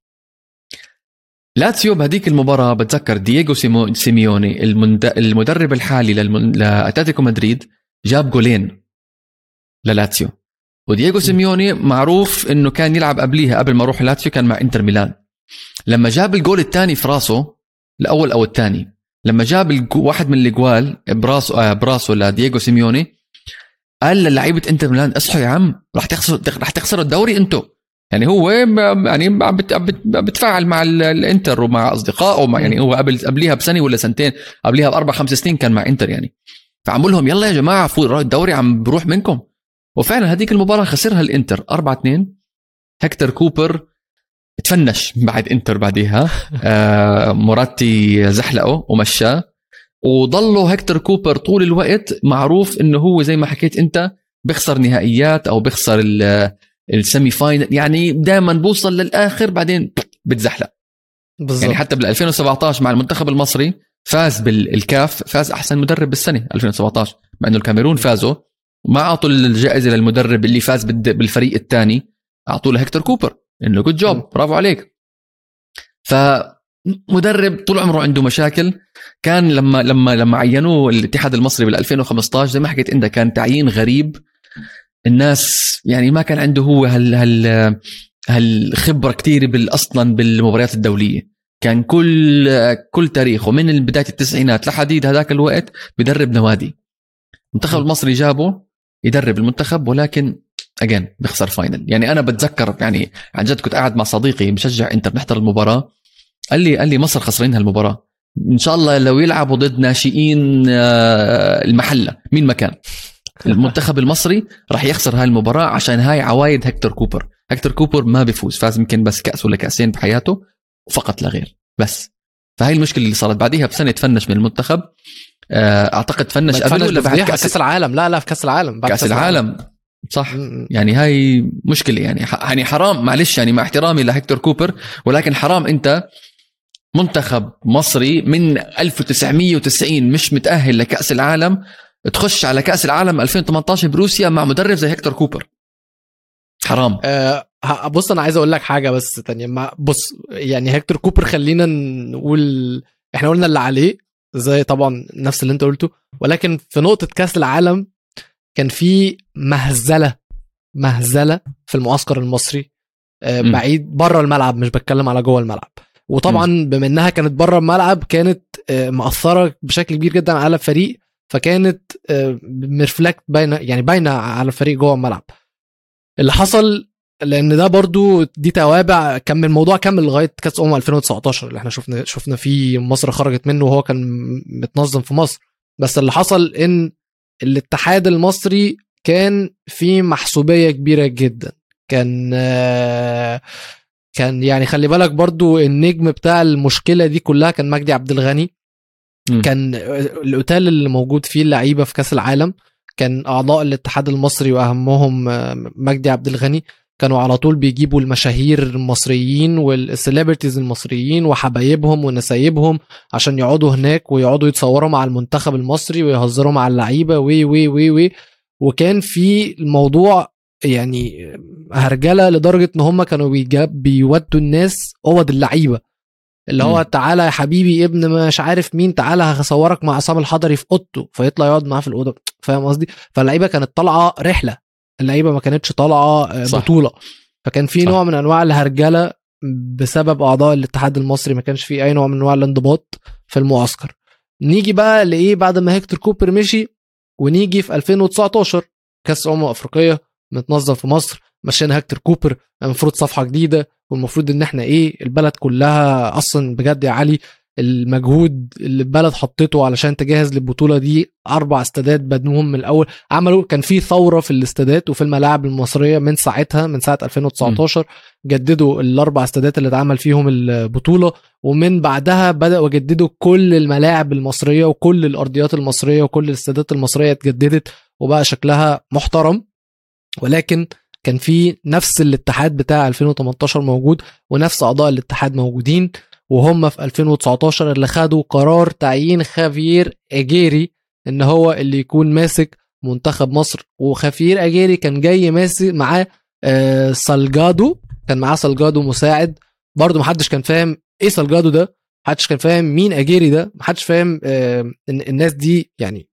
[SPEAKER 1] لاتسيو بهديك المباراة بتذكر دييغو سيميوني المدرب الحالي لأتلتيكو مدريد جاب جولين للاتسيو. ودييغو سيميوني معروف انه كان يلعب قبل ما يروح لاتسيو كان مع انتر ميلان. لما جاب الجول الثاني في راسه، الاول او الثاني، لما جاب واحد من الاجوال براسه لدييغو سيميوني، قال للاعيبه انتر ميلان اصحوا يا عم، راح تخسروا الدوري انتوا. يعني هو يعني بتفاعل مع الانتر ومع اصدقائه، يعني هو قبليها بسنه ولا سنتين، قبليها ب4-5 سنين كان مع انتر يعني. فعمل لهم يلا يا جماعه فوق الدوري عم بروح منكم. وفعلا هذيك المباراة خسرها الانتر 4-2. هيكتور كوبر تفنش بعد انتر بعدها. مراتي زحلقه ومشاه، وضلوا هيكتور كوبر طول الوقت معروف انه هو زي ما حكيت انت بيخسر نهائيات او بيخسر السيمي فاينل، يعني دائما بوصل للآخر بعدين بتزحلق بالزبط. يعني حتى بال2017 مع المنتخب المصري فاز بالكاف، فاز احسن مدرب بالسنة 2017، مع انه الكاميرون فازوا ما أعطوا الجائزة للمدرب اللي فاز بالفريق الثاني، أعطوا له هيكتور كوبر إنه good job، برافو عليك. فمدرب طول عمره عنده مشاكل. كان لما عينوه الاتحاد المصري بال2015 زي ما حكيت إنه كان تعيين غريب. الناس يعني ما كان عنده هو هالخبرة كتير أصلا بالمباريات الدولية. كان كل تاريخه من بداية التسعينات لحديد هذاك الوقت بدرب نوادي، المنتخب المصري جابه يدرب المنتخب، ولكن اجين بيخسر فاينل. يعني انا بتذكر يعني عن جد كنت قاعد مع صديقي بشجع انتر بنحضر المباراه، قال لي مصر خسرين هالمباراه، ان شاء الله لو يلعبوا ضد ناشئين المحله مين مكان المنتخب المصري راح يخسر هاي المباراه عشان هاي عوايد هكتور كوبر. هكتور كوبر ما بيفوز، فاز يمكن بس كأس ولا كأسين بحياته فقط لا غير بس. فهاي المشكله اللي صارت بعديها بسنه تفنش من المنتخب. اعتقد فنش قبل ولا بعد
[SPEAKER 2] كأس العالم؟ لا في كأس العالم، بعد
[SPEAKER 1] كأس العالم صح. يعني هاي مشكله يعني حرام، معلش يعني مع احترامي لهكتور كوبر، ولكن حرام انت منتخب مصري من 1990 مش متأهل لكأس العالم تخش على كأس العالم 2018 بروسيا مع مدرب زي هكتور كوبر. حرام.
[SPEAKER 2] بص انا عايز اقول لك حاجه بس تانية. بص يعني هكتور كوبر خلينا نقول احنا قلنا اللي عليه زي طبعا نفس اللي انت قلته، ولكن في نقطه كأس العالم كان في مهزله في المعسكر المصري بعيد بره الملعب، مش بتكلم على جوه الملعب. وطبعا بما انها كانت بره الملعب كانت مأثره بشكل كبير جدا على الفريق، فكانت مرفلكت باينه على الفريق جوه الملعب اللي حصل. لان ده برضو دي توابع كمل الموضوع، كمل لغايه كاس 2019 اللي احنا شفنا فيه مصر خرجت منه وهو كان متنظم في مصر. بس اللي حصل ان الاتحاد المصري كان فيه محسوبيه كبيره جدا. كان يعني خلي بالك برضو النجم بتاع المشكله دي كلها كان مجدي عبد الغني. كان الاوتيل اللي موجود فيه اللعيبه في كاس العالم كان اعضاء الاتحاد المصري واهمهم مجدي عبد الغني، كانوا على طول بيجيبوا المشاهير المصريين والسيلبرتيز المصريين وحبايبهم ونسايبهم عشان يقعدوا هناك ويقعدوا يتصوروا مع المنتخب المصري ويهزروا مع اللعيبه وي. وكان في الموضوع يعني هرجله لدرجه ان هم كانوا بيودوا الناس اوض اللعيبه اللي هو تعالى يا حبيبي ابن مش عارف مين، تعالى هصورك مع عصام الحضري في اوضته، فيطلع يقعد معاه في الاوضه. فاهم قصدي؟ فاللعيبه كانت طالعه رحله، اللعيبه ما كانتش طالعه بطوله. فكان في نوع من انواع الهرجله بسبب اعضاء الاتحاد المصري، ما كانش في اي نوع من انواع الانضباط في المعسكر. نيجي بقى لايه بعد ما هكتور كوبر مشي، ونيجي في 2019 كاس افريقيه متنظم في مصر، مشينا هكتور كوبر، المفروض صفحه جديده، والمفروض ان احنا البلد كلها اصلا بجد يا علي المجهود اللي البلد حطيته علشان تجهز للبطوله دي، 4 استادات بدنوهم من الاول، عملوا كان في ثوره في الاستادات وفي الملاعب المصريه من ساعتها، من ساعه 2019 جددوا ال4 استادات اللي اتعمل فيهم البطوله، ومن بعدها بداوا يجددوا كل الملاعب المصريه وكل الارضيات المصريه وكل الاستادات المصريه اتجددت وبقى شكلها محترم. ولكن كان في نفس الاتحاد بتاع 2018 موجود ونفس اعضاء الاتحاد موجودين، وهم في 2019 اللي خدوا قرار تعيين خافير أجيري ان هو اللي يكون ماسك منتخب مصر. وخافير أجيري كان جاي ماسك معاه سالجادو، كان معاه سالجادو مساعد برضو. محدش كان فاهم ايه سالجادو ده، محدش كان فاهم مين أجيري ده، محدش فاهم الناس دي يعني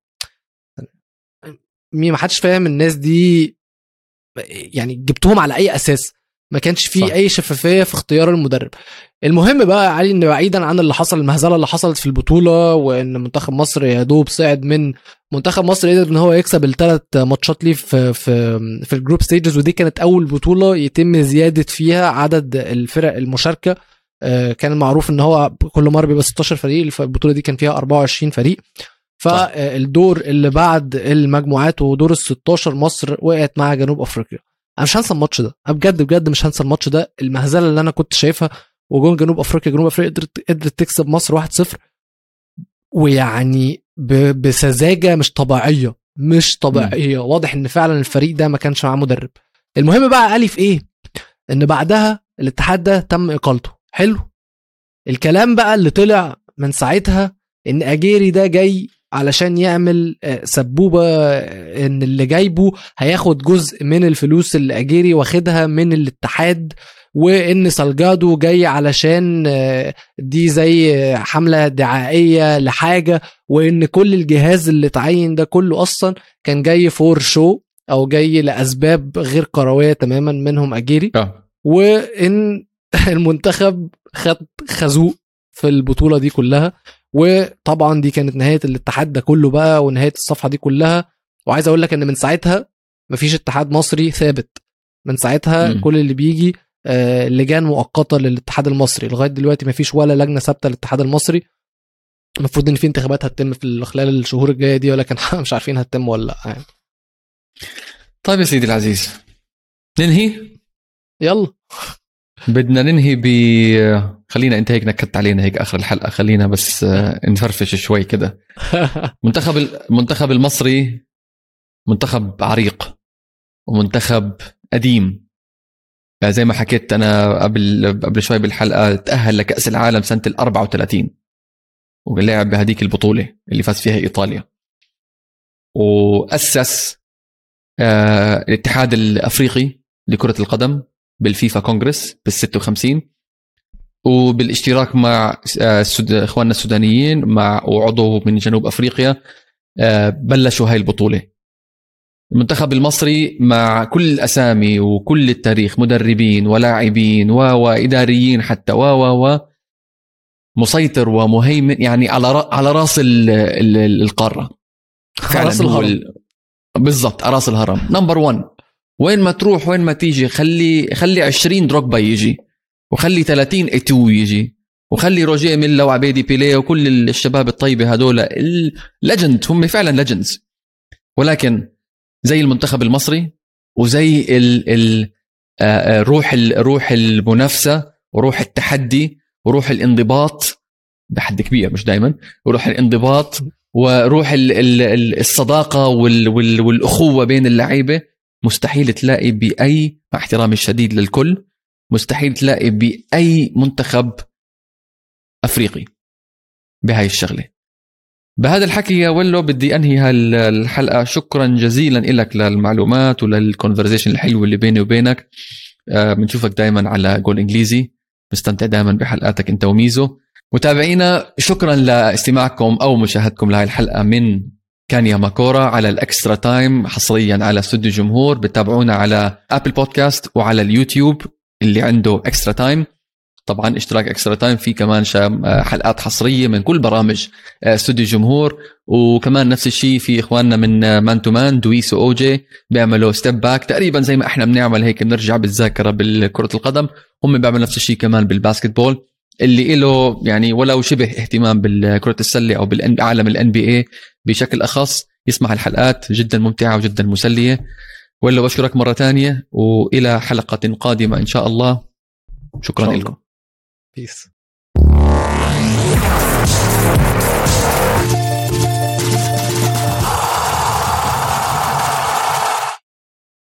[SPEAKER 2] مين، محدش فاهم الناس دي يعني جبتهم على اي اساس، ما كانش فيه اي شفافيه في اختيار المدرب. المهم بقى علي ان بعيدا عن اللي حصل، المهزله اللي حصلت في البطوله، وان منتخب مصر يا دوب صعد من منتخب مصر قدر ان هو يكسب ال3 ماتشات ليه في الجروب ستيجز، ودي كانت اول بطوله يتم زياده فيها عدد الفرق المشاركه. كان المعروف ان هو كل مره بيبقى 16 فريق، البطوله دي كان فيها 24 فريق. فالدور اللي بعد المجموعات ودور ال16 مصر وقعت مع جنوب افريقيا. انا مش هنسى الماتش ده، انا بجد مش هنسى الماتش ده، المهزله اللي انا كنت شايفها. وجون جنوب افريقيا قدرت تكسب مصر 1-0، ويعني بسذاجه مش طبيعيه. واضح ان فعلا الفريق ده ما كانش معاه مدرب. المهم بقى علي في ايه، ان بعدها الاتحاد ده تم اقالته. حلو الكلام بقى اللي طلع من ساعتها ان أجيري ده جاي علشان يعمل سبوبة، ان اللي جايبه هياخد جزء من الفلوس اللي أجيري واخدها من الاتحاد، وان سالجادو جاي علشان دي زي حملة دعائية لحاجة، وان كل الجهاز اللي تعين ده كله اصلا كان جاي فور شو او جاي لأسباب غير كروية تماما منهم أجيري. وان المنتخب خد خازوق في البطولة دي كلها. وطبعا دي كانت نهاية الاتحاد ده كله بقى، ونهاية الصفحة دي كلها. وعايز اقول لك ان من ساعتها مفيش اتحاد مصري ثابت. من ساعتها كل اللي بيجي لجان مؤقته للاتحاد المصري. لغايه دلوقتي مفيش ولا لجنه ثابته للاتحاد المصري. المفروض ان في انتخابات هتتم في خلال الشهور الجايه دي، ولكن مش عارفين هتتم ولا لا يعني.
[SPEAKER 1] طيب يا سيدي العزيز، ننهي.
[SPEAKER 2] يلا
[SPEAKER 1] بدنا ننهي خلينا انت هيك نكدت علينا هيك اخر الحلقه، خلينا بس نفرفش شوي كده. المنتخب المصري منتخب عريق ومنتخب قديم. زي ما حكيت انا قبل شوي بالحلقه، تاهل لكاس العالم سنه 34 ولعب بهديك البطوله اللي فاز فيها ايطاليا، واسس الاتحاد الافريقي لكره القدم بالفيفا كونغرس بال56، وبالاشتراك مع اخواننا السودانيين وعضو من جنوب افريقيا بلشوا هاي البطوله. المنتخب المصري مع كل الاسامي وكل التاريخ، مدربين ولاعبين واداريين حتى مسيطر ومهيمن يعني على راس القاره،
[SPEAKER 2] راس الهرم
[SPEAKER 1] بالضبط، على راس الهرم نمبر 1. وين ما تروح وين ما تيجي خلي 20 دروجبا يجي، وخلي 30 ايتو يجي، وخلي روجيه ميلا وعبيدي بيليه وكل الشباب الطيبه هدول الليجند، هم فعلا ليجندز. ولكن زي المنتخب المصري وزي روح المنافسه وروح التحدي وروح الانضباط، بحد كبير مش دايما، وروح الانضباط وروح الصداقه والاخوه بين اللعيبه، مستحيل تلاقي بأي، مع احترامي الشديد للكل، مستحيل تلاقي بأي منتخب أفريقي بهاي الشغلة. بهذا الحكي يا ولو بدي أنهي هالحلقة. شكرا جزيلا لك للمعلومات وللكونفرزيشن الحلوة اللي بيني وبينك. بنشوفك دايما على جول إنجليزي، مستمتع دايما بحلقاتك أنت وميزو. متابعينا شكرا لاستماعكم أو مشاهدتكم لهاي الحلقة من كان يا ماكورا على الأكسترا تايم حصريا على استوديو الجمهور. بتابعونا على أبل بودكاست وعلى اليوتيوب اللي عنده أكسترا تايم. طبعا اشتراك أكسترا تايم في كمان حلقات حصرية من كل برامج استوديو الجمهور، وكمان نفس الشيء في إخواننا من مان تو مان دويس وأوجي بيعملوا ستيب باك تقريبا زي ما احنا بنعمل هيك، بنرجع بالذاكرة بالكرة القدم، هم بيعملوا نفس الشيء كمان بالباسكتبول اللي له يعني ولو شبه اهتمام بالكرة السلة أو بالعالم الNBA بشكل أخص، يسمع الحلقات جدا ممتعة وجدا مسلية. ولا بشكرك مرة تانية، وإلى حلقة قادمة إن شاء الله. شكرا لكم.
[SPEAKER 2] Peace.